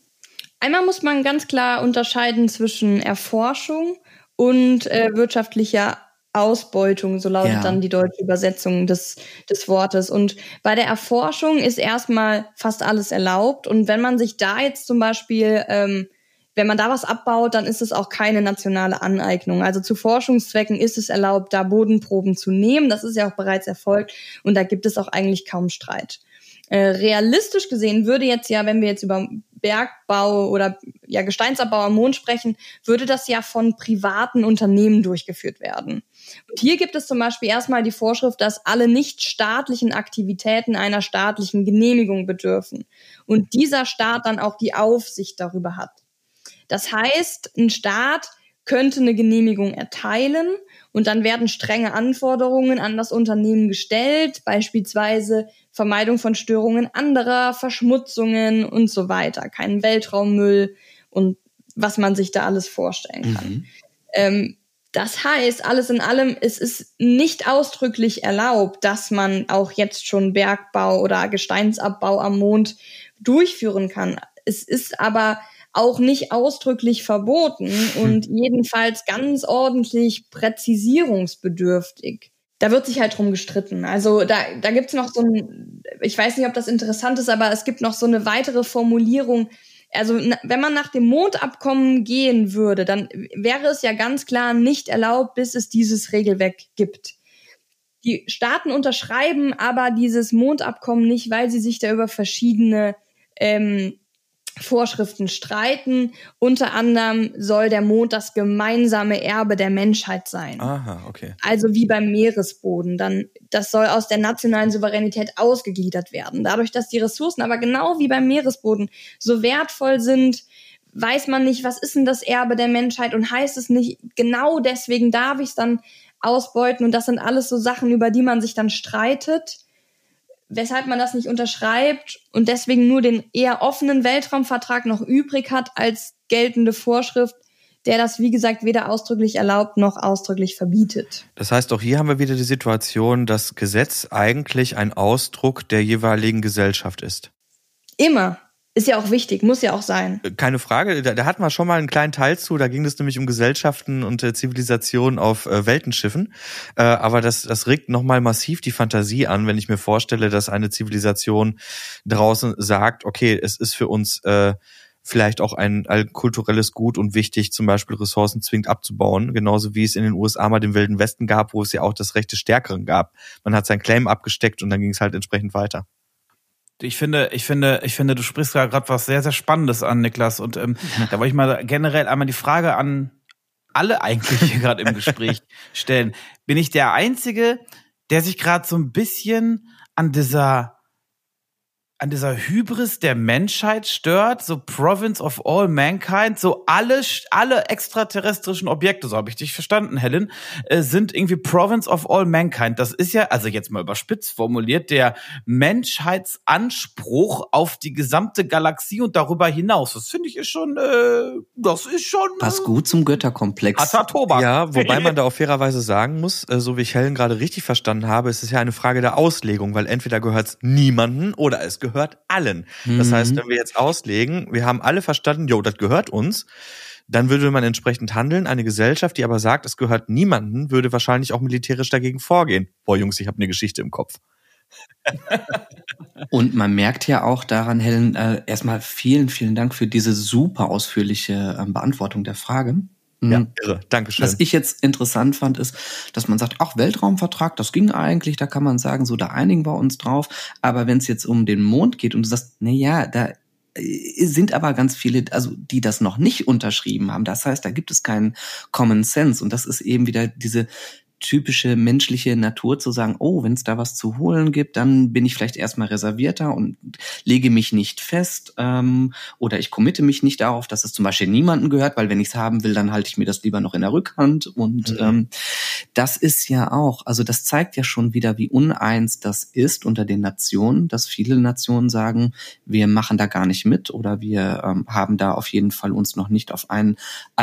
Einmal muss man ganz klar unterscheiden zwischen Erforschung und äh, wirtschaftlicher Ausbeutung, so lautet ja. dann die deutsche Übersetzung des, des Wortes. Und bei der Erforschung ist erstmal fast alles erlaubt. Und wenn man sich da jetzt zum Beispiel, ähm, wenn man da was abbaut, dann ist es auch keine nationale Aneignung. Also zu Forschungszwecken ist es erlaubt, da Bodenproben zu nehmen. Das ist ja auch bereits erfolgt. Und da gibt es auch eigentlich kaum Streit. Äh, realistisch gesehen würde jetzt ja, wenn wir jetzt über Bergbau oder ja Gesteinsabbau am Mond sprechen, würde das ja von privaten Unternehmen durchgeführt werden. Und hier gibt es zum Beispiel erstmal die Vorschrift, dass alle nichtstaatlichen Aktivitäten einer staatlichen Genehmigung bedürfen und dieser Staat dann auch die Aufsicht darüber hat. Das heißt, ein Staat könnte eine Genehmigung erteilen und dann werden strenge Anforderungen an das Unternehmen gestellt, beispielsweise Vermeidung von Störungen anderer, Verschmutzungen und so weiter, kein Weltraummüll und was man sich da alles vorstellen kann. Mhm. Ähm, das heißt, alles in allem, es ist nicht ausdrücklich erlaubt, dass man auch jetzt schon Bergbau oder Gesteinsabbau am Mond durchführen kann. Es ist aber auch nicht ausdrücklich verboten und jedenfalls ganz ordentlich präzisierungsbedürftig. Da wird sich halt drum gestritten. Also da, da gibt's noch so ein, ich weiß nicht, ob das interessant ist, aber es gibt noch so eine weitere Formulierung. Also wenn man nach dem Mondabkommen gehen würde, dann wäre es ja ganz klar nicht erlaubt, bis es dieses Regelwerk gibt. Die Staaten unterschreiben aber dieses Mondabkommen nicht, weil sie sich da über verschiedene ähm, Vorschriften streiten. Unter anderem soll der Mond das gemeinsame Erbe der Menschheit sein. Aha, okay. Also wie beim Meeresboden. Dann, das soll aus der nationalen Souveränität ausgegliedert werden. Dadurch, dass die Ressourcen aber genau wie beim Meeresboden so wertvoll sind, weiß man nicht, was ist denn das Erbe der Menschheit und heißt es nicht, genau deswegen darf ich es dann ausbeuten. Und das sind alles so Sachen, über die man sich dann streitet, weshalb man das nicht unterschreibt und deswegen nur den eher offenen Weltraumvertrag noch übrig hat als geltende Vorschrift, der das, wie gesagt, weder ausdrücklich erlaubt noch ausdrücklich verbietet. Das heißt, auch hier haben wir wieder die Situation, dass Gesetz eigentlich ein Ausdruck der jeweiligen Gesellschaft ist. Immer. Ist ja auch wichtig, muss ja auch sein. Keine Frage, da, da hatten wir schon mal einen kleinen Teil zu, da ging es nämlich um Gesellschaften und äh, Zivilisationen auf äh, Weltenschiffen. Äh, aber das, das regt nochmal massiv die Fantasie an, wenn ich mir vorstelle, dass eine Zivilisation draußen sagt, okay, es ist für uns äh, vielleicht auch ein, ein kulturelles Gut und wichtig, zum Beispiel Ressourcen zwingend abzubauen, genauso wie es in den U S A mal den Wilden Westen gab, wo es ja auch das Recht des Stärkeren gab. Man hat seinen Claim abgesteckt und dann ging es halt entsprechend weiter. Ich finde, ich finde, ich finde, du sprichst da gerade was sehr, sehr Spannendes an, Niklas. Und ähm, da wollte ich mal generell einmal die Frage an alle eigentlich hier gerade im Gespräch stellen. Bin ich der Einzige, der sich gerade so ein bisschen an dieser an dieser Hybris der Menschheit stört, so Province of all mankind, so alle alle extraterrestrischen Objekte, so habe ich dich verstanden, Helen, äh, sind irgendwie Province of all mankind. Das ist ja, also jetzt mal überspitzt formuliert, der Menschheitsanspruch auf die gesamte Galaxie und darüber hinaus. Das finde ich ist schon, äh, das ist schon äh, passt gut zum Götterkomplex. harter Tobak. Ja, wobei man da auch fairerweise sagen muss, äh, so wie ich Helen gerade richtig verstanden habe, ist es ja eine Frage der Auslegung, weil entweder gehört es niemanden oder es gehört allen. Das Mhm. heißt, wenn wir jetzt auslegen, wir haben alle verstanden, jo, das gehört uns, dann würde man entsprechend handeln. Eine Gesellschaft, die aber sagt, es gehört niemanden, würde wahrscheinlich auch militärisch dagegen vorgehen. Boah, Jungs, ich habe eine Geschichte im Kopf. Und man merkt ja auch daran, Helen, äh, erstmal vielen, vielen Dank für diese super ausführliche äh, Beantwortung der Frage. Ja, irre. Dankeschön. Was ich jetzt interessant fand, ist, dass man sagt, ach, Weltraumvertrag, das ging eigentlich, da kann man sagen, so, da einigen wir uns drauf. Aber wenn es jetzt um den Mond geht und du sagst, na ja, da sind aber ganz viele, also die das noch nicht unterschrieben haben. Das heißt, da gibt es keinen Common Sense. Und das ist eben wieder diese typische menschliche Natur zu sagen, oh, wenn es da was zu holen gibt, dann bin ich vielleicht erstmal reservierter und lege mich nicht fest ähm, oder ich committe mich nicht darauf, dass es zum Beispiel niemandem gehört, weil wenn ich es haben will, dann halte ich mir das lieber noch in der Rückhand und mhm. ähm, das ist ja auch, also das zeigt ja schon wieder, wie uneins das ist unter den Nationen, dass viele Nationen sagen, wir machen da gar nicht mit oder wir ähm, haben da auf jeden Fall uns noch nicht auf ein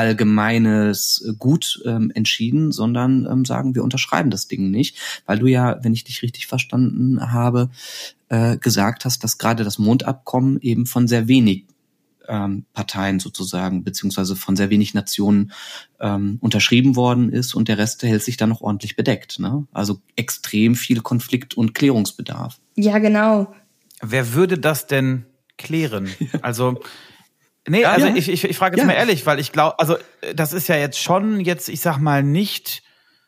allgemeines Gut ähm, entschieden, sondern ähm, sagen, wir unterschreiben das Ding nicht, weil du ja, wenn ich dich richtig verstanden habe, äh, gesagt hast, dass gerade das Mondabkommen eben von sehr wenig ähm, Parteien sozusagen, beziehungsweise von sehr wenig Nationen ähm, unterschrieben worden ist und der Rest hält sich dann noch ordentlich bedeckt, ne? Also extrem viel Konflikt- und Klärungsbedarf. Ja, genau. Wer würde das denn klären? Also nee, also ja. ich, ich, ich frage jetzt ja. mal ehrlich, weil ich glaube, also das ist ja jetzt schon jetzt, ich sag mal, nicht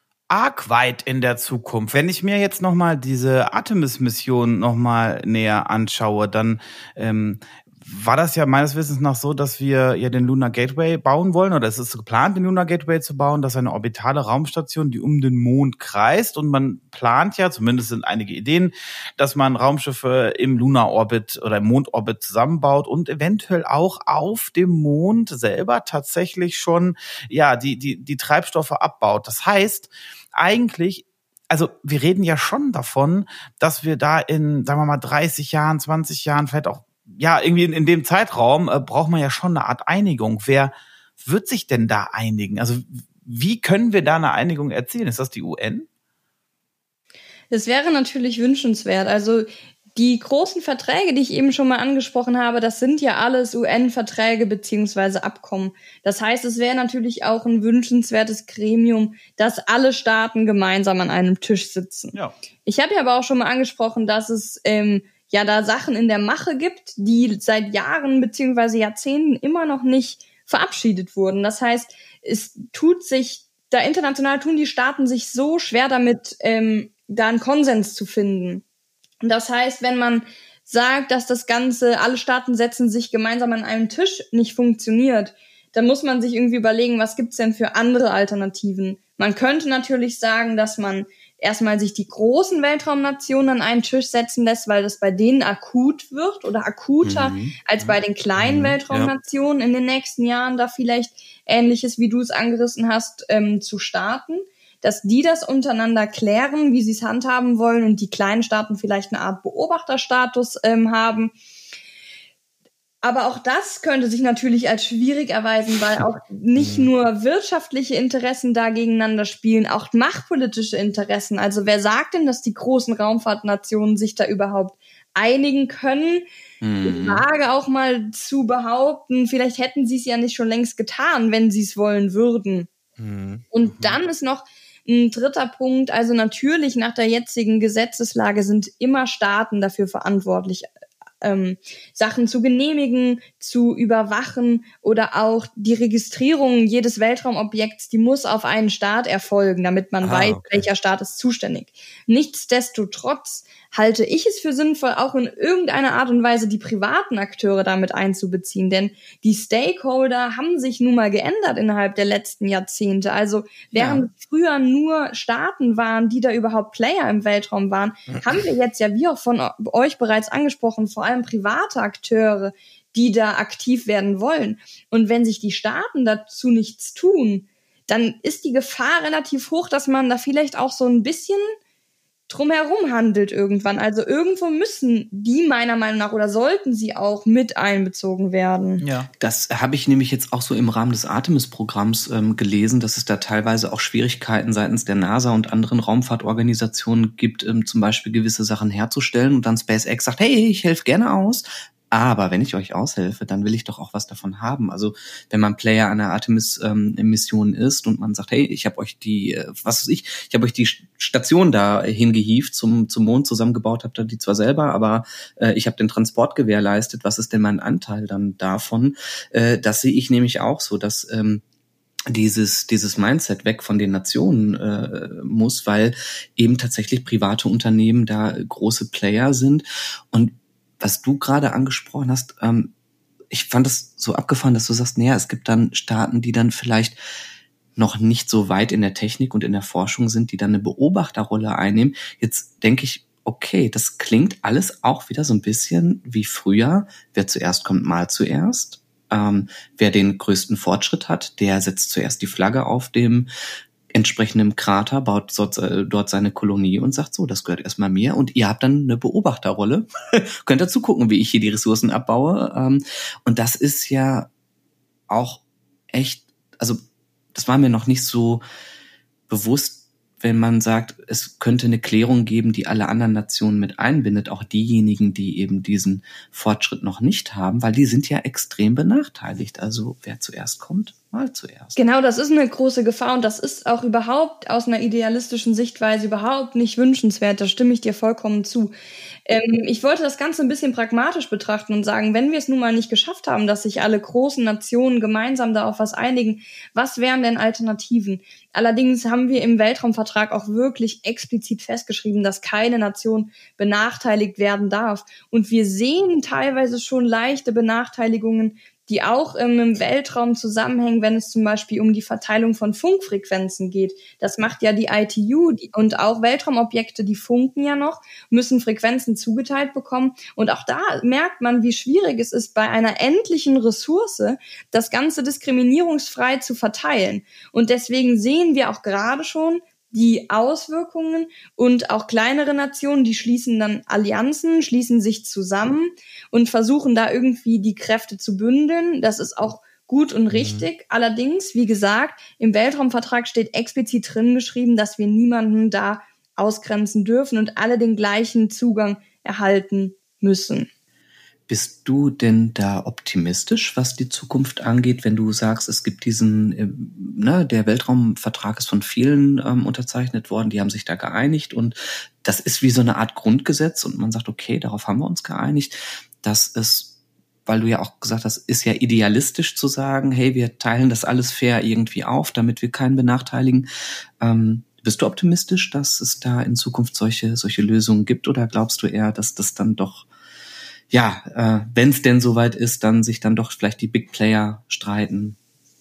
arg weit in der Zukunft. Wenn ich mir jetzt nochmal diese Artemis-Mission nochmal näher anschaue, dann ähm, war das ja meines Wissens nach so, dass wir ja den Lunar Gateway bauen wollen, oder es ist geplant, den Lunar Gateway zu bauen. Das ist eine orbitale Raumstation, die um den Mond kreist, und man plant ja, zumindest sind einige Ideen, dass man Raumschiffe im Lunar Orbit oder im Mondorbit zusammenbaut und eventuell auch auf dem Mond selber tatsächlich schon ja die die die Treibstoffe abbaut. Das heißt, eigentlich, also wir reden ja schon davon, dass wir da in, sagen wir mal, dreißig Jahren, zwanzig Jahren, vielleicht auch, ja, irgendwie in, in dem Zeitraum äh, braucht man ja schon eine Art Einigung. Wer wird sich denn da einigen? Also wie können wir da eine Einigung erzielen? Ist das die U N? Das wäre natürlich wünschenswert. Also die großen Verträge, die ich eben schon mal angesprochen habe, das sind ja alles U N-Verträge beziehungsweise Abkommen. Das heißt, es wäre natürlich auch ein wünschenswertes Gremium, dass alle Staaten gemeinsam an einem Tisch sitzen. Ja. Ich habe ja aber auch schon mal angesprochen, dass es ähm, ja da Sachen in der Mache gibt, die seit Jahren beziehungsweise Jahrzehnten immer noch nicht verabschiedet wurden. Das heißt, es tut sich, da international tun die Staaten sich so schwer damit, ähm, da einen Konsens zu finden. Das heißt, wenn man sagt, dass das Ganze, alle Staaten setzen sich gemeinsam an einen Tisch, nicht funktioniert, dann muss man sich irgendwie überlegen, was gibt's denn für andere Alternativen? Man könnte natürlich sagen, dass man erstmal sich die großen Weltraumnationen an einen Tisch setzen lässt, weil das bei denen akut wird oder akuter Mhm. als bei den kleinen Mhm. Weltraumnationen in den nächsten Jahren, da vielleicht Ähnliches, wie du es angerissen hast, ähm, zu starten. Dass die das untereinander klären, wie sie es handhaben wollen, und die kleinen Staaten vielleicht eine Art Beobachterstatus ähm, haben. Aber auch das könnte sich natürlich als schwierig erweisen, weil auch nicht nur wirtschaftliche Interessen da gegeneinander spielen, auch machtpolitische Interessen. Also wer sagt denn, dass die großen Raumfahrtnationen sich da überhaupt einigen können? Mhm. Ich wage auch mal zu behaupten, vielleicht hätten sie es ja nicht schon längst getan, wenn sie es wollen würden. Mhm. Und dann ist noch ein dritter Punkt, also natürlich nach der jetzigen Gesetzeslage sind immer Staaten dafür verantwortlich, ähm, Sachen zu genehmigen, zu überwachen, oder auch die Registrierung jedes Weltraumobjekts, die muss auf einen Staat erfolgen, damit man Ah, weiß, okay. welcher Staat ist zuständig. Nichtsdestotrotz halte ich es für sinnvoll, auch in irgendeiner Art und Weise die privaten Akteure damit einzubeziehen, denn die Stakeholder haben sich nun mal geändert innerhalb der letzten Jahrzehnte. Also während Ja. früher nur Staaten waren, die da überhaupt Player im Weltraum waren, haben wir jetzt ja, wie auch von euch bereits angesprochen, vor allem allem private Akteure, die da aktiv werden wollen. Und wenn sich die Staaten dazu nichts tun, dann ist die Gefahr relativ hoch, dass man da vielleicht auch so ein bisschen drumherum handelt irgendwann. Also irgendwo müssen die meiner Meinung nach oder sollten sie auch mit einbezogen werden. Ja, das habe ich nämlich jetzt auch so im Rahmen des Artemis-Programms ähm, gelesen, dass es da teilweise auch Schwierigkeiten seitens der NASA und anderen Raumfahrtorganisationen gibt, ähm, zum Beispiel gewisse Sachen herzustellen und dann SpaceX sagt, hey, ich helfe gerne aus. Aber wenn ich euch aushelfe, dann will ich doch auch was davon haben. Also wenn man Player einer Artemis-Mission ähm, ist und man sagt, hey, ich habe euch die, äh, was weiß ich, ich habe euch die Station da hingehievt zum zum Mond zusammengebaut, habt ihr die zwar selber, aber äh, ich habe den Transport gewährleistet. Was ist denn mein Anteil dann davon? Äh, das sehe ich nämlich auch so, dass ähm, dieses dieses Mindset weg von den Nationen äh, muss, weil eben tatsächlich private Unternehmen da große Player sind. Und was du gerade angesprochen hast, ähm, ich fand das so abgefahren, dass du sagst, naja, es gibt dann Staaten, die dann vielleicht noch nicht so weit in der Technik und in der Forschung sind, die dann eine Beobachterrolle einnehmen. Jetzt denke ich, okay, das klingt alles auch wieder so ein bisschen wie früher. Wer zuerst kommt, mal zuerst. Ähm, wer den größten Fortschritt hat, der setzt zuerst die Flagge auf dem entsprechendem Krater, baut dort, äh, dort seine Kolonie und sagt so, das gehört erstmal mir und ihr habt dann eine Beobachterrolle. Könnt dazu gucken, wie ich hier die Ressourcen abbaue. Ähm, und das ist ja auch echt, also das war mir noch nicht so bewusst, wenn man sagt, es könnte eine Klärung geben, die alle anderen Nationen mit einbindet, auch diejenigen, die eben diesen Fortschritt noch nicht haben, weil die sind ja extrem benachteiligt. Also wer zuerst kommt, mal zuerst. Genau, das ist eine große Gefahr und das ist auch überhaupt aus einer idealistischen Sichtweise überhaupt nicht wünschenswert. Da stimme ich dir vollkommen zu. Ähm, ich wollte das Ganze ein bisschen pragmatisch betrachten und sagen, wenn wir es nun mal nicht geschafft haben, dass sich alle großen Nationen gemeinsam da auf was einigen, was wären denn Alternativen? Allerdings haben wir im Weltraumvertrag auch wirklich explizit festgeschrieben, dass keine Nation benachteiligt werden darf. Und wir sehen teilweise schon leichte Benachteiligungen, die auch ähm, im Weltraum zusammenhängen, wenn es zum Beispiel um die Verteilung von Funkfrequenzen geht. Das macht ja die I T U die, und auch Weltraumobjekte, die funken ja noch, müssen Frequenzen zugeteilt bekommen. Und auch da merkt man, wie schwierig es ist, bei einer endlichen Ressource das Ganze diskriminierungsfrei zu verteilen. Und deswegen sehen wir auch gerade schon die Auswirkungen und auch kleinere Nationen, die schließen dann Allianzen, schließen sich zusammen und versuchen da irgendwie die Kräfte zu bündeln. Das ist auch gut und richtig. Mhm. Allerdings, wie gesagt, im Weltraumvertrag steht explizit drin geschrieben, dass wir niemanden da ausgrenzen dürfen und alle den gleichen Zugang erhalten müssen. Bist du denn da optimistisch, was die Zukunft angeht, wenn du sagst, es gibt diesen, äh, ne, der Weltraumvertrag ist von vielen ähm, unterzeichnet worden, die haben sich da geeinigt und das ist wie so eine Art Grundgesetz und man sagt, okay, darauf haben wir uns geeinigt, dass es, weil du ja auch gesagt hast, ist ja idealistisch zu sagen, hey, wir teilen das alles fair irgendwie auf, damit wir keinen benachteiligen. Ähm, bist du optimistisch, dass es da in Zukunft solche, solche Lösungen gibt oder glaubst du eher, dass das dann doch ja, äh, wenn es denn soweit ist, dann sich dann doch vielleicht die Big Player streiten?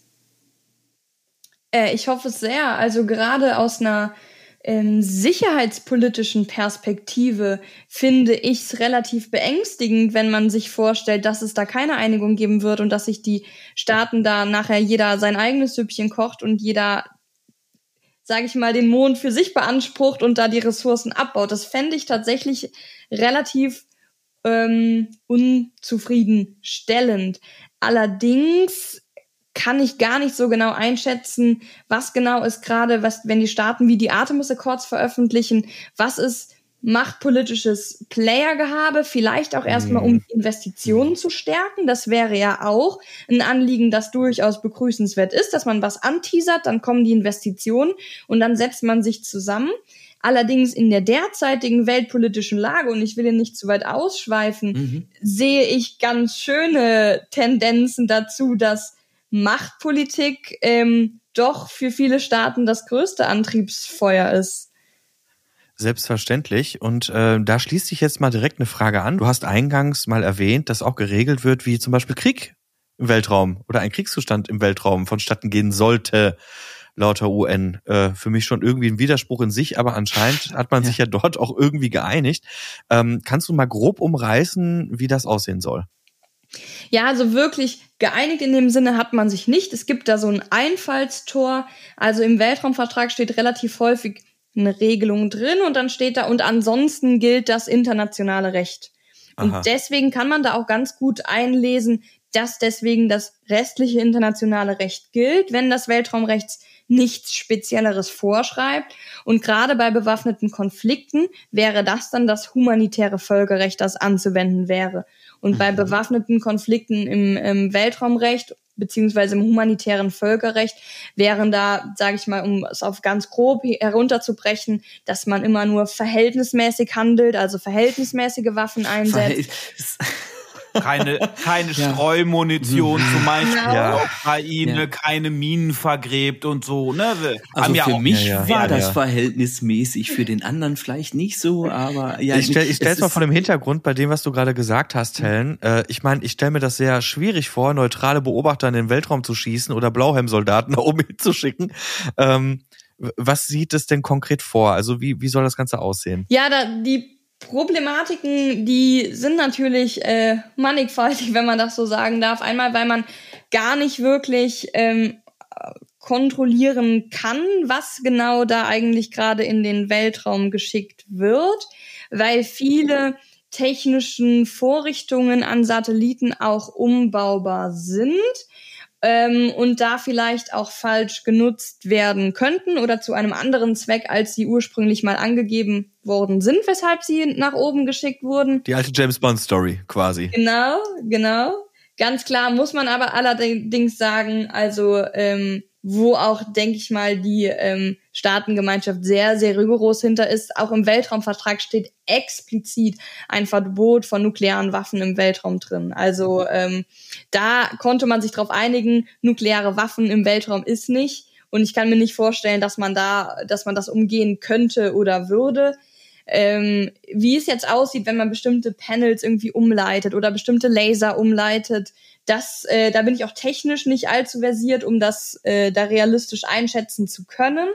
Äh, ich hoffe es sehr. Also gerade aus einer ähm, sicherheitspolitischen Perspektive finde ich es relativ beängstigend, wenn man sich vorstellt, dass es da keine Einigung geben wird und dass sich die Staaten da nachher jeder sein eigenes Süppchen kocht und jeder, sage ich mal, den Mond für sich beansprucht und da die Ressourcen abbaut. Das fände ich tatsächlich relativ Ähm, unzufriedenstellend. Allerdings kann ich gar nicht so genau einschätzen, was genau ist gerade, was, wenn die Staaten wie die Artemis Accords veröffentlichen, was ist machtpolitisches Playergehabe, vielleicht auch erstmal, um Investitionen zu stärken. Das wäre ja auch ein Anliegen, das durchaus begrüßenswert ist, dass man was anteasert, dann kommen die Investitionen und dann setzt man sich zusammen. Allerdings in der derzeitigen weltpolitischen Lage, und ich will hier nicht zu weit ausschweifen, mhm. sehe ich ganz schöne Tendenzen dazu, dass Machtpolitik ähm, doch für viele Staaten das größte Antriebsfeuer ist. Selbstverständlich. Und äh, da schließt sich jetzt mal direkt eine Frage an. Du hast eingangs mal erwähnt, dass auch geregelt wird, wie zum Beispiel Krieg im Weltraum oder ein Kriegszustand im Weltraum vonstatten gehen sollte. lauter U N. Äh, für mich schon irgendwie ein Widerspruch in sich, aber anscheinend hat man ja. sich ja dort auch irgendwie geeinigt. Ähm, kannst du mal grob umreißen, wie das aussehen soll? Ja, also wirklich geeinigt in dem Sinne hat man sich nicht. Es gibt da so ein Einfallstor. Also im Weltraumvertrag steht relativ häufig eine Regelung drin und dann steht da, und ansonsten gilt das internationale Recht. Und Aha. deswegen kann man da auch ganz gut einlesen, dass deswegen das restliche internationale Recht gilt, wenn das Weltraumrecht nichts Spezielleres vorschreibt. Und gerade bei bewaffneten Konflikten wäre das dann das humanitäre Völkerrecht, das anzuwenden wäre. Und bei bewaffneten Konflikten im, im Weltraumrecht beziehungsweise im humanitären Völkerrecht wären da, sage ich mal, um es auf ganz grob herunterzubrechen, dass man immer nur verhältnismäßig handelt, also verhältnismäßige Waffen einsetzt. Keine, keine ja. Streumunition zum Beispiel Genau. in der Ukraine, ja. keine Minen vergräbt und so. Ne? Wir also ja für auch, mich ja, ja. war ja, das ja. verhältnismäßig, für den anderen vielleicht nicht so, aber ja. Ich stell, ich stell's mal vor dem Hintergrund bei dem, was du gerade gesagt hast, Helen. Äh, ich meine, ich stelle mir das sehr schwierig vor, neutrale Beobachter in den Weltraum zu schießen oder Blauhelmsoldaten da oben hinzuschicken. Ähm, was sieht es denn konkret vor? Also wie, wie soll das Ganze aussehen? Ja, da, die Problematiken, die sind natürlich äh, mannigfaltig, wenn man das so sagen darf. Einmal, weil man gar nicht wirklich ähm, kontrollieren kann, was genau da eigentlich gerade in den Weltraum geschickt wird, weil viele technischen Vorrichtungen an Satelliten auch umbaubar sind. Ähm, und da vielleicht auch falsch genutzt werden könnten oder zu einem anderen Zweck, als sie ursprünglich mal angegeben worden sind, weshalb sie nach oben geschickt wurden. Die alte James-Bond-Story quasi. Genau, genau. Ganz klar muss man aber allerdings sagen, also ähm, wo auch, denke ich mal, die ähm, Staatengemeinschaft sehr, sehr rigoros hinter ist. Auch im Weltraumvertrag steht explizit ein Verbot von nuklearen Waffen im Weltraum drin. Also ähm, da konnte man sich darauf einigen, nukleare Waffen im Weltraum ist nicht. Und ich kann mir nicht vorstellen, dass man da, dass man das umgehen könnte oder würde. Ähm, wie es jetzt aussieht, wenn man bestimmte Panels irgendwie umleitet oder bestimmte Laser umleitet, das, äh, da bin ich auch technisch nicht allzu versiert, um das äh, da realistisch einschätzen zu können.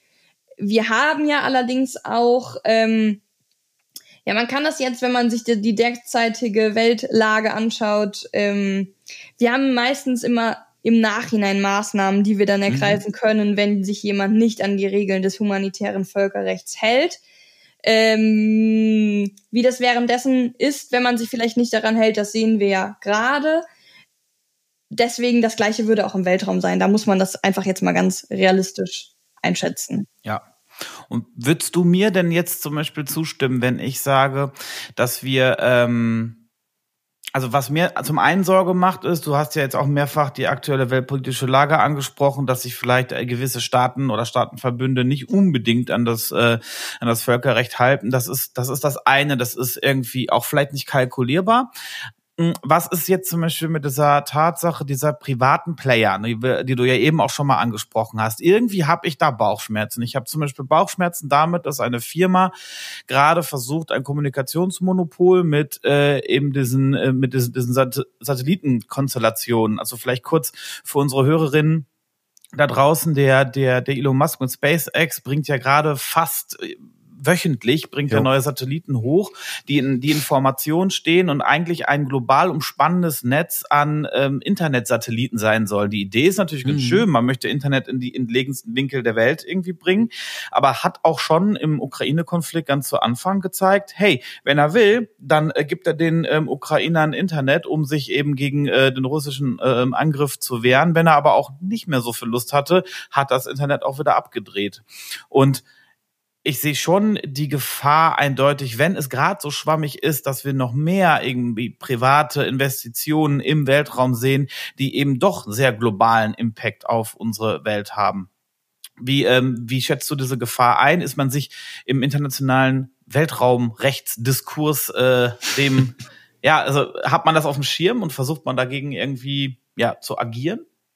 Wir haben ja allerdings auch, ähm, ja, man kann das jetzt, wenn man sich die, die derzeitige Weltlage anschaut, ähm, wir haben meistens immer im Nachhinein Maßnahmen, die wir dann ergreifen mhm. können, wenn sich jemand nicht an die Regeln des humanitären Völkerrechts hält. Ähm, wie das währenddessen ist, wenn man sich vielleicht nicht daran hält, das sehen wir ja gerade. Deswegen das Gleiche würde auch im Weltraum sein. Da muss man das einfach jetzt mal ganz realistisch einschätzen. Ja. Und würdest du mir denn jetzt zum Beispiel zustimmen, wenn ich sage, dass wir, ähm, also was mir zum einen Sorge macht, ist, du hast ja jetzt auch mehrfach die aktuelle weltpolitische Lage angesprochen, dass sich vielleicht gewisse Staaten oder Staatenverbünde nicht unbedingt an das äh, an das Völkerrecht halten. Das ist das ist das eine. Das ist irgendwie auch vielleicht nicht kalkulierbar. Was ist jetzt zum Beispiel mit dieser Tatsache dieser privaten Player, die, die du ja eben auch schon mal angesprochen hast? Irgendwie habe ich da Bauchschmerzen. Ich habe zum Beispiel Bauchschmerzen damit, dass eine Firma gerade versucht, ein Kommunikationsmonopol mit äh, eben diesen äh, mit diesen, diesen Sat- Satellitenkonstellationen. Also vielleicht kurz für unsere Hörerinnen da draußen: Der der der Elon Musk mit SpaceX bringt ja gerade fast wöchentlich bringt er neue Satelliten hoch, die in die Informationen stehen und eigentlich ein global umspannendes Netz an ähm, Internetsatelliten sein soll. Die Idee ist natürlich mhm. ganz schön, man möchte Internet in die entlegensten Winkel der Welt irgendwie bringen, aber hat auch schon im Ukraine-Konflikt ganz zu Anfang gezeigt, hey, wenn er will, dann äh, gibt er den ähm, Ukrainern Internet, um sich eben gegen äh, den russischen äh, Angriff zu wehren. Wenn er aber auch nicht mehr so viel Lust hatte, hat das Internet auch wieder abgedreht. Und ich sehe schon die Gefahr eindeutig, wenn es gerade so schwammig ist, dass wir noch mehr irgendwie private Investitionen im Weltraum sehen, die eben doch sehr globalen Impact auf unsere Welt haben. Wie, ähm, wie schätzt du diese Gefahr ein? Ist man sich im internationalen Weltraumrechtsdiskurs äh, dem, ja, also hat man das auf dem Schirm und versucht man dagegen irgendwie ja zu agieren?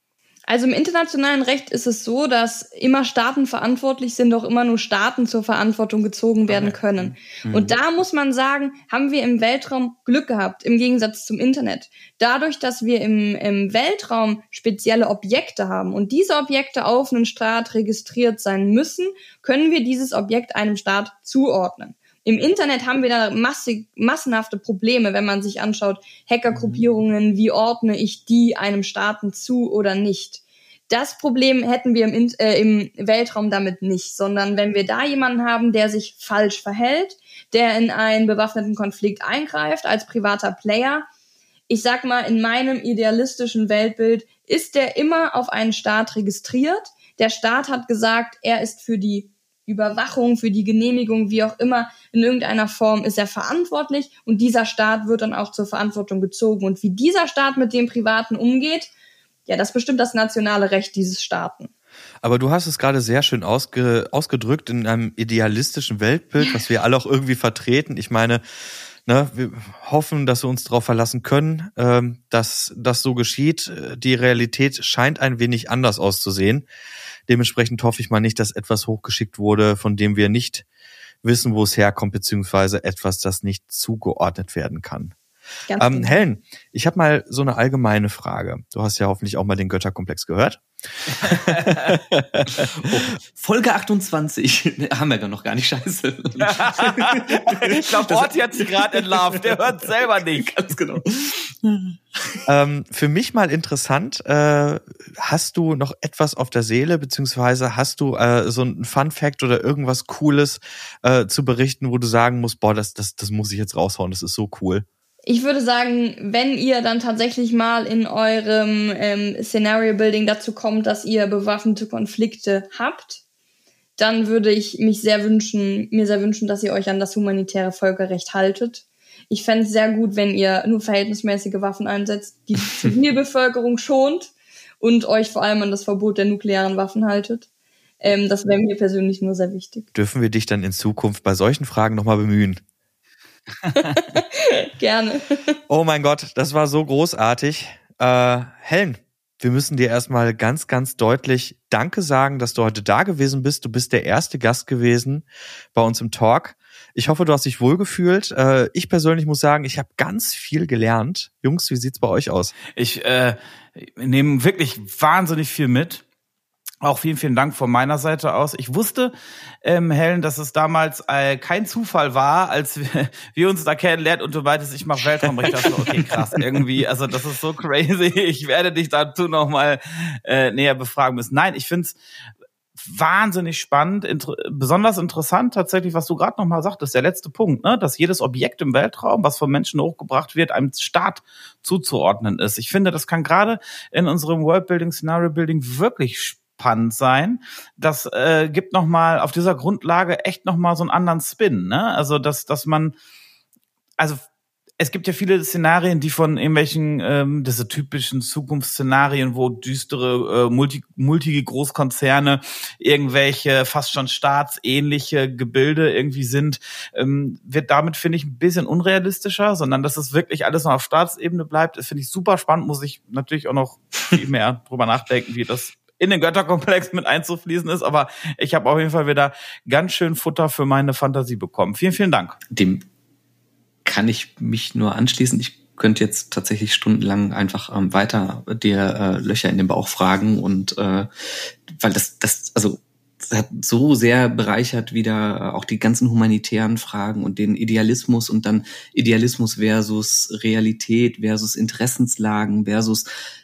Also im internationalen Recht ist es so, dass immer Staaten verantwortlich sind, auch immer nur Staaten zur Verantwortung gezogen werden können. Mhm. Und da muss man sagen, haben wir im Weltraum Glück gehabt, im Gegensatz zum Internet. Dadurch, dass wir im, im Weltraum spezielle Objekte haben und diese Objekte auf einen Staat registriert sein müssen, können wir dieses Objekt einem Staat zuordnen. Im Internet haben wir da massig, massenhafte Probleme, wenn man sich anschaut, Hackergruppierungen, wie ordne ich die einem Staaten zu oder nicht. Das Problem hätten wir im, äh, im Weltraum damit nicht, sondern wenn wir da jemanden haben, der sich falsch verhält, der in einen bewaffneten Konflikt eingreift als privater Player, ich sag mal, in meinem idealistischen Weltbild ist der immer auf einen Staat registriert. Der Staat hat gesagt, er ist für die Überwachung, für die Genehmigung, wie auch immer, in irgendeiner Form ist er verantwortlich und dieser Staat wird dann auch zur Verantwortung gezogen. Und wie dieser Staat mit dem Privaten umgeht, ja, das bestimmt das nationale Recht dieses Staaten. Aber du hast es gerade sehr schön ausge, ausgedrückt in einem idealistischen Weltbild, was wir alle auch irgendwie vertreten. Ich meine, ne, wir hoffen, dass wir uns darauf verlassen können, ähm, dass das so geschieht. Die Realität scheint ein wenig anders auszusehen. Dementsprechend hoffe ich mal nicht, dass etwas hochgeschickt wurde, von dem wir nicht wissen, wo es herkommt, beziehungsweise etwas, das nicht zugeordnet werden kann. Ähm, Helen, ich habe mal so eine allgemeine Frage. Du hast ja hoffentlich auch mal den Götterkomplex gehört. oh, Folge achtundzwanzig. Haben wir ja noch gar nicht, scheiße. Ich glaube, Orti hat sich gerade entlarvt. Der hört selber nicht. Ganz genau. ähm, für mich mal interessant, äh, hast du noch etwas auf der Seele, beziehungsweise hast du äh, so ein Fun-Fact oder irgendwas Cooles äh, zu berichten, wo du sagen musst, boah, das, das, das muss ich jetzt raushauen, das ist so cool. Ich würde sagen, wenn ihr dann tatsächlich mal in eurem ähm, Scenario-Building dazu kommt, dass ihr bewaffnete Konflikte habt, dann würde ich mich sehr wünschen, mir sehr wünschen, dass ihr euch an das humanitäre Völkerrecht haltet. Ich fände es sehr gut, wenn ihr nur verhältnismäßige Waffen einsetzt, die die Zivilbevölkerung schont und euch vor allem an das Verbot der nuklearen Waffen haltet. Ähm, das wäre mir persönlich nur sehr wichtig. Dürfen wir dich dann in Zukunft bei solchen Fragen nochmal bemühen? Gerne. Oh mein Gott, das war so großartig. Äh, Helen, wir müssen dir erstmal ganz, ganz deutlich Danke sagen, dass du heute da gewesen bist. Du bist der erste Gast gewesen bei uns im Talk. Ich hoffe, du hast dich wohlgefühlt. Äh, ich persönlich muss sagen, ich habe ganz viel gelernt. Jungs, wie sieht's bei euch aus? Ich äh, nehme wirklich wahnsinnig viel mit. Auch vielen, vielen Dank von meiner Seite aus. Ich wusste, ähm, Helen, dass es damals äh, kein Zufall war, als wir, wir uns da kennenlernen und du meintest, ich mache Weltraumrecht. Also, okay, krass, irgendwie, also das ist so crazy. Ich werde dich dazu nochmal äh, näher befragen müssen. Nein, ich find's wahnsinnig spannend, inter- besonders interessant tatsächlich, was du gerade nochmal sagtest, der letzte Punkt, ne, dass jedes Objekt im Weltraum, was von Menschen hochgebracht wird, einem Staat zuzuordnen ist. Ich finde, das kann gerade in unserem Worldbuilding, Scenario-Building wirklich spannend sein. Das äh, gibt nochmal auf dieser Grundlage echt nochmal so einen anderen Spin, ne? Also, dass, dass man, also, es gibt ja viele Szenarien, die von irgendwelchen, ähm, diese typischen Zukunftsszenarien, wo düstere äh, Multi, Multi-Großkonzerne irgendwelche fast schon staatsähnliche Gebilde irgendwie sind, ähm, wird damit, finde ich, ein bisschen unrealistischer, sondern dass es wirklich alles noch auf Staatsebene bleibt. Das finde ich super spannend, muss ich natürlich auch noch viel mehr drüber nachdenken, wie das in den Götterkomplex mit einzufließen ist, aber ich habe auf jeden Fall wieder ganz schön Futter für meine Fantasie bekommen. Vielen, vielen Dank. Dem kann ich mich nur anschließen. Ich könnte jetzt tatsächlich stundenlang einfach ähm, weiter dir äh, Löcher in den Bauch fragen und äh, weil das, das, also das hat so sehr bereichert wieder äh, auch die ganzen humanitären Fragen und den Idealismus und dann Idealismus versus Realität versus Interessenslagen versus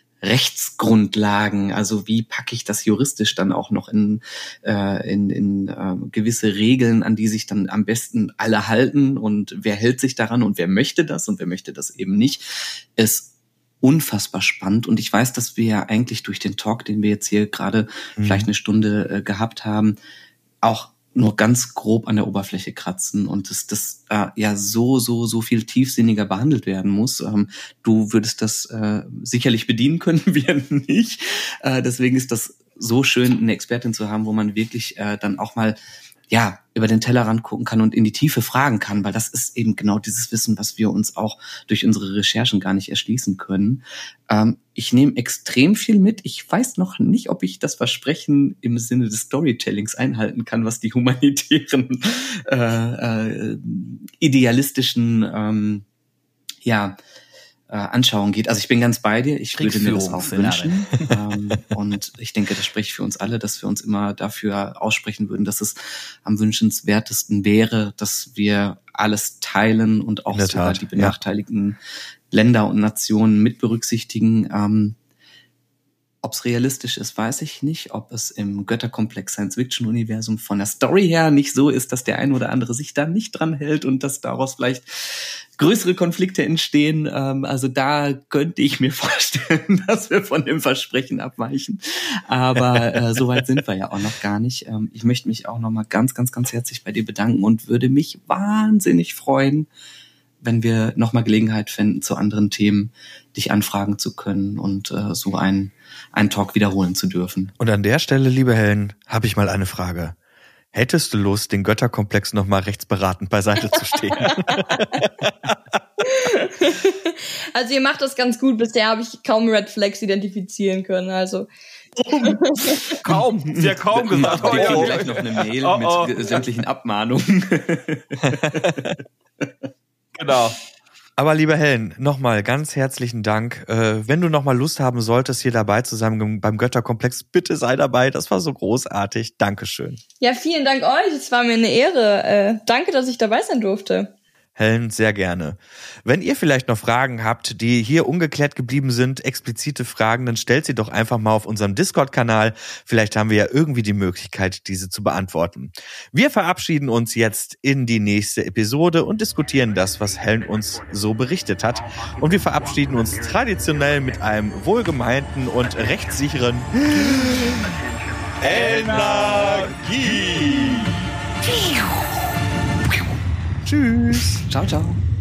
Rechtsgrundlagen, also wie packe ich das juristisch dann auch noch in, äh, in, in äh, gewisse Regeln, an die sich dann am besten alle halten und wer hält sich daran und wer möchte das und wer möchte das eben nicht, ist unfassbar spannend. Und ich weiß, dass wir ja eigentlich durch den Talk, den wir jetzt hier gerade mhm. vielleicht eine Stunde äh, gehabt haben, auch nur ganz grob an der Oberfläche kratzen und dass das äh, ja so, so, so viel tiefsinniger behandelt werden muss. Ähm, du würdest das äh, sicherlich bedienen können, wir nicht. Äh, deswegen ist das so schön, eine Expertin zu haben, wo man wirklich äh, dann auch mal ja, über den Tellerrand gucken kann und in die Tiefe fragen kann, weil das ist eben genau dieses Wissen, was wir uns auch durch unsere Recherchen gar nicht erschließen können. Ähm, ich nehme extrem viel mit. Ich weiß noch nicht, ob ich das Versprechen im Sinne des Storytellings einhalten kann, was die humanitären, äh, äh, idealistischen, ähm, ja, äh, Anschauung geht. Also ich bin ganz bei dir. Ich würde mir das auch wünschen. ähm, und ich denke, das spricht für uns alle, dass wir uns immer dafür aussprechen würden, dass es am wünschenswertesten wäre, dass wir alles teilen und auch sogar die benachteiligten ja. Länder und Nationen mit berücksichtigen. Ähm, Ob es realistisch ist, weiß ich nicht. Ob es im Götterkomplex Science-Fiction-Universum von der Story her nicht so ist, dass der ein oder andere sich da nicht dran hält und dass daraus vielleicht größere Konflikte entstehen. Ähm, also da könnte ich mir vorstellen, dass wir von dem Versprechen abweichen. Aber äh, so weit sind wir ja auch noch gar nicht. Ähm, ich möchte mich auch noch mal ganz, ganz, ganz herzlich bei dir bedanken und würde mich wahnsinnig freuen, wenn wir noch mal Gelegenheit finden, zu anderen Themen dich anfragen zu können und äh, so einen, einen Talk wiederholen zu dürfen. Und an der Stelle, liebe Helen, habe ich mal eine Frage. Hättest du Lust, den Götterkomplex noch mal rechtsberatend beiseite zu stehen? Also ihr macht das ganz gut. Bisher habe ich kaum Red Flags identifizieren können. Also kaum, sehr kaum gesagt. Wir kriegen gleich noch eine Mail oh, oh. mit sämtlichen Abmahnungen. Genau. Aber liebe Helen, nochmal ganz herzlichen Dank. Äh, wenn du nochmal Lust haben solltest, hier dabei zu sein beim Götterkomplex, bitte sei dabei. Das war so großartig. Dankeschön. Ja, vielen Dank euch. Es war mir eine Ehre. Äh, danke, dass ich dabei sein durfte. Helen, sehr gerne. Wenn ihr vielleicht noch Fragen habt, die hier ungeklärt geblieben sind, explizite Fragen, dann stellt sie doch einfach mal auf unserem Discord-Kanal. Vielleicht haben wir ja irgendwie die Möglichkeit, diese zu beantworten. Wir verabschieden uns jetzt in die nächste Episode und diskutieren das, was Helen uns so berichtet hat. Und wir verabschieden uns traditionell mit einem wohlgemeinten und rechtssicheren Energie. Tschüss. Ciao, ciao.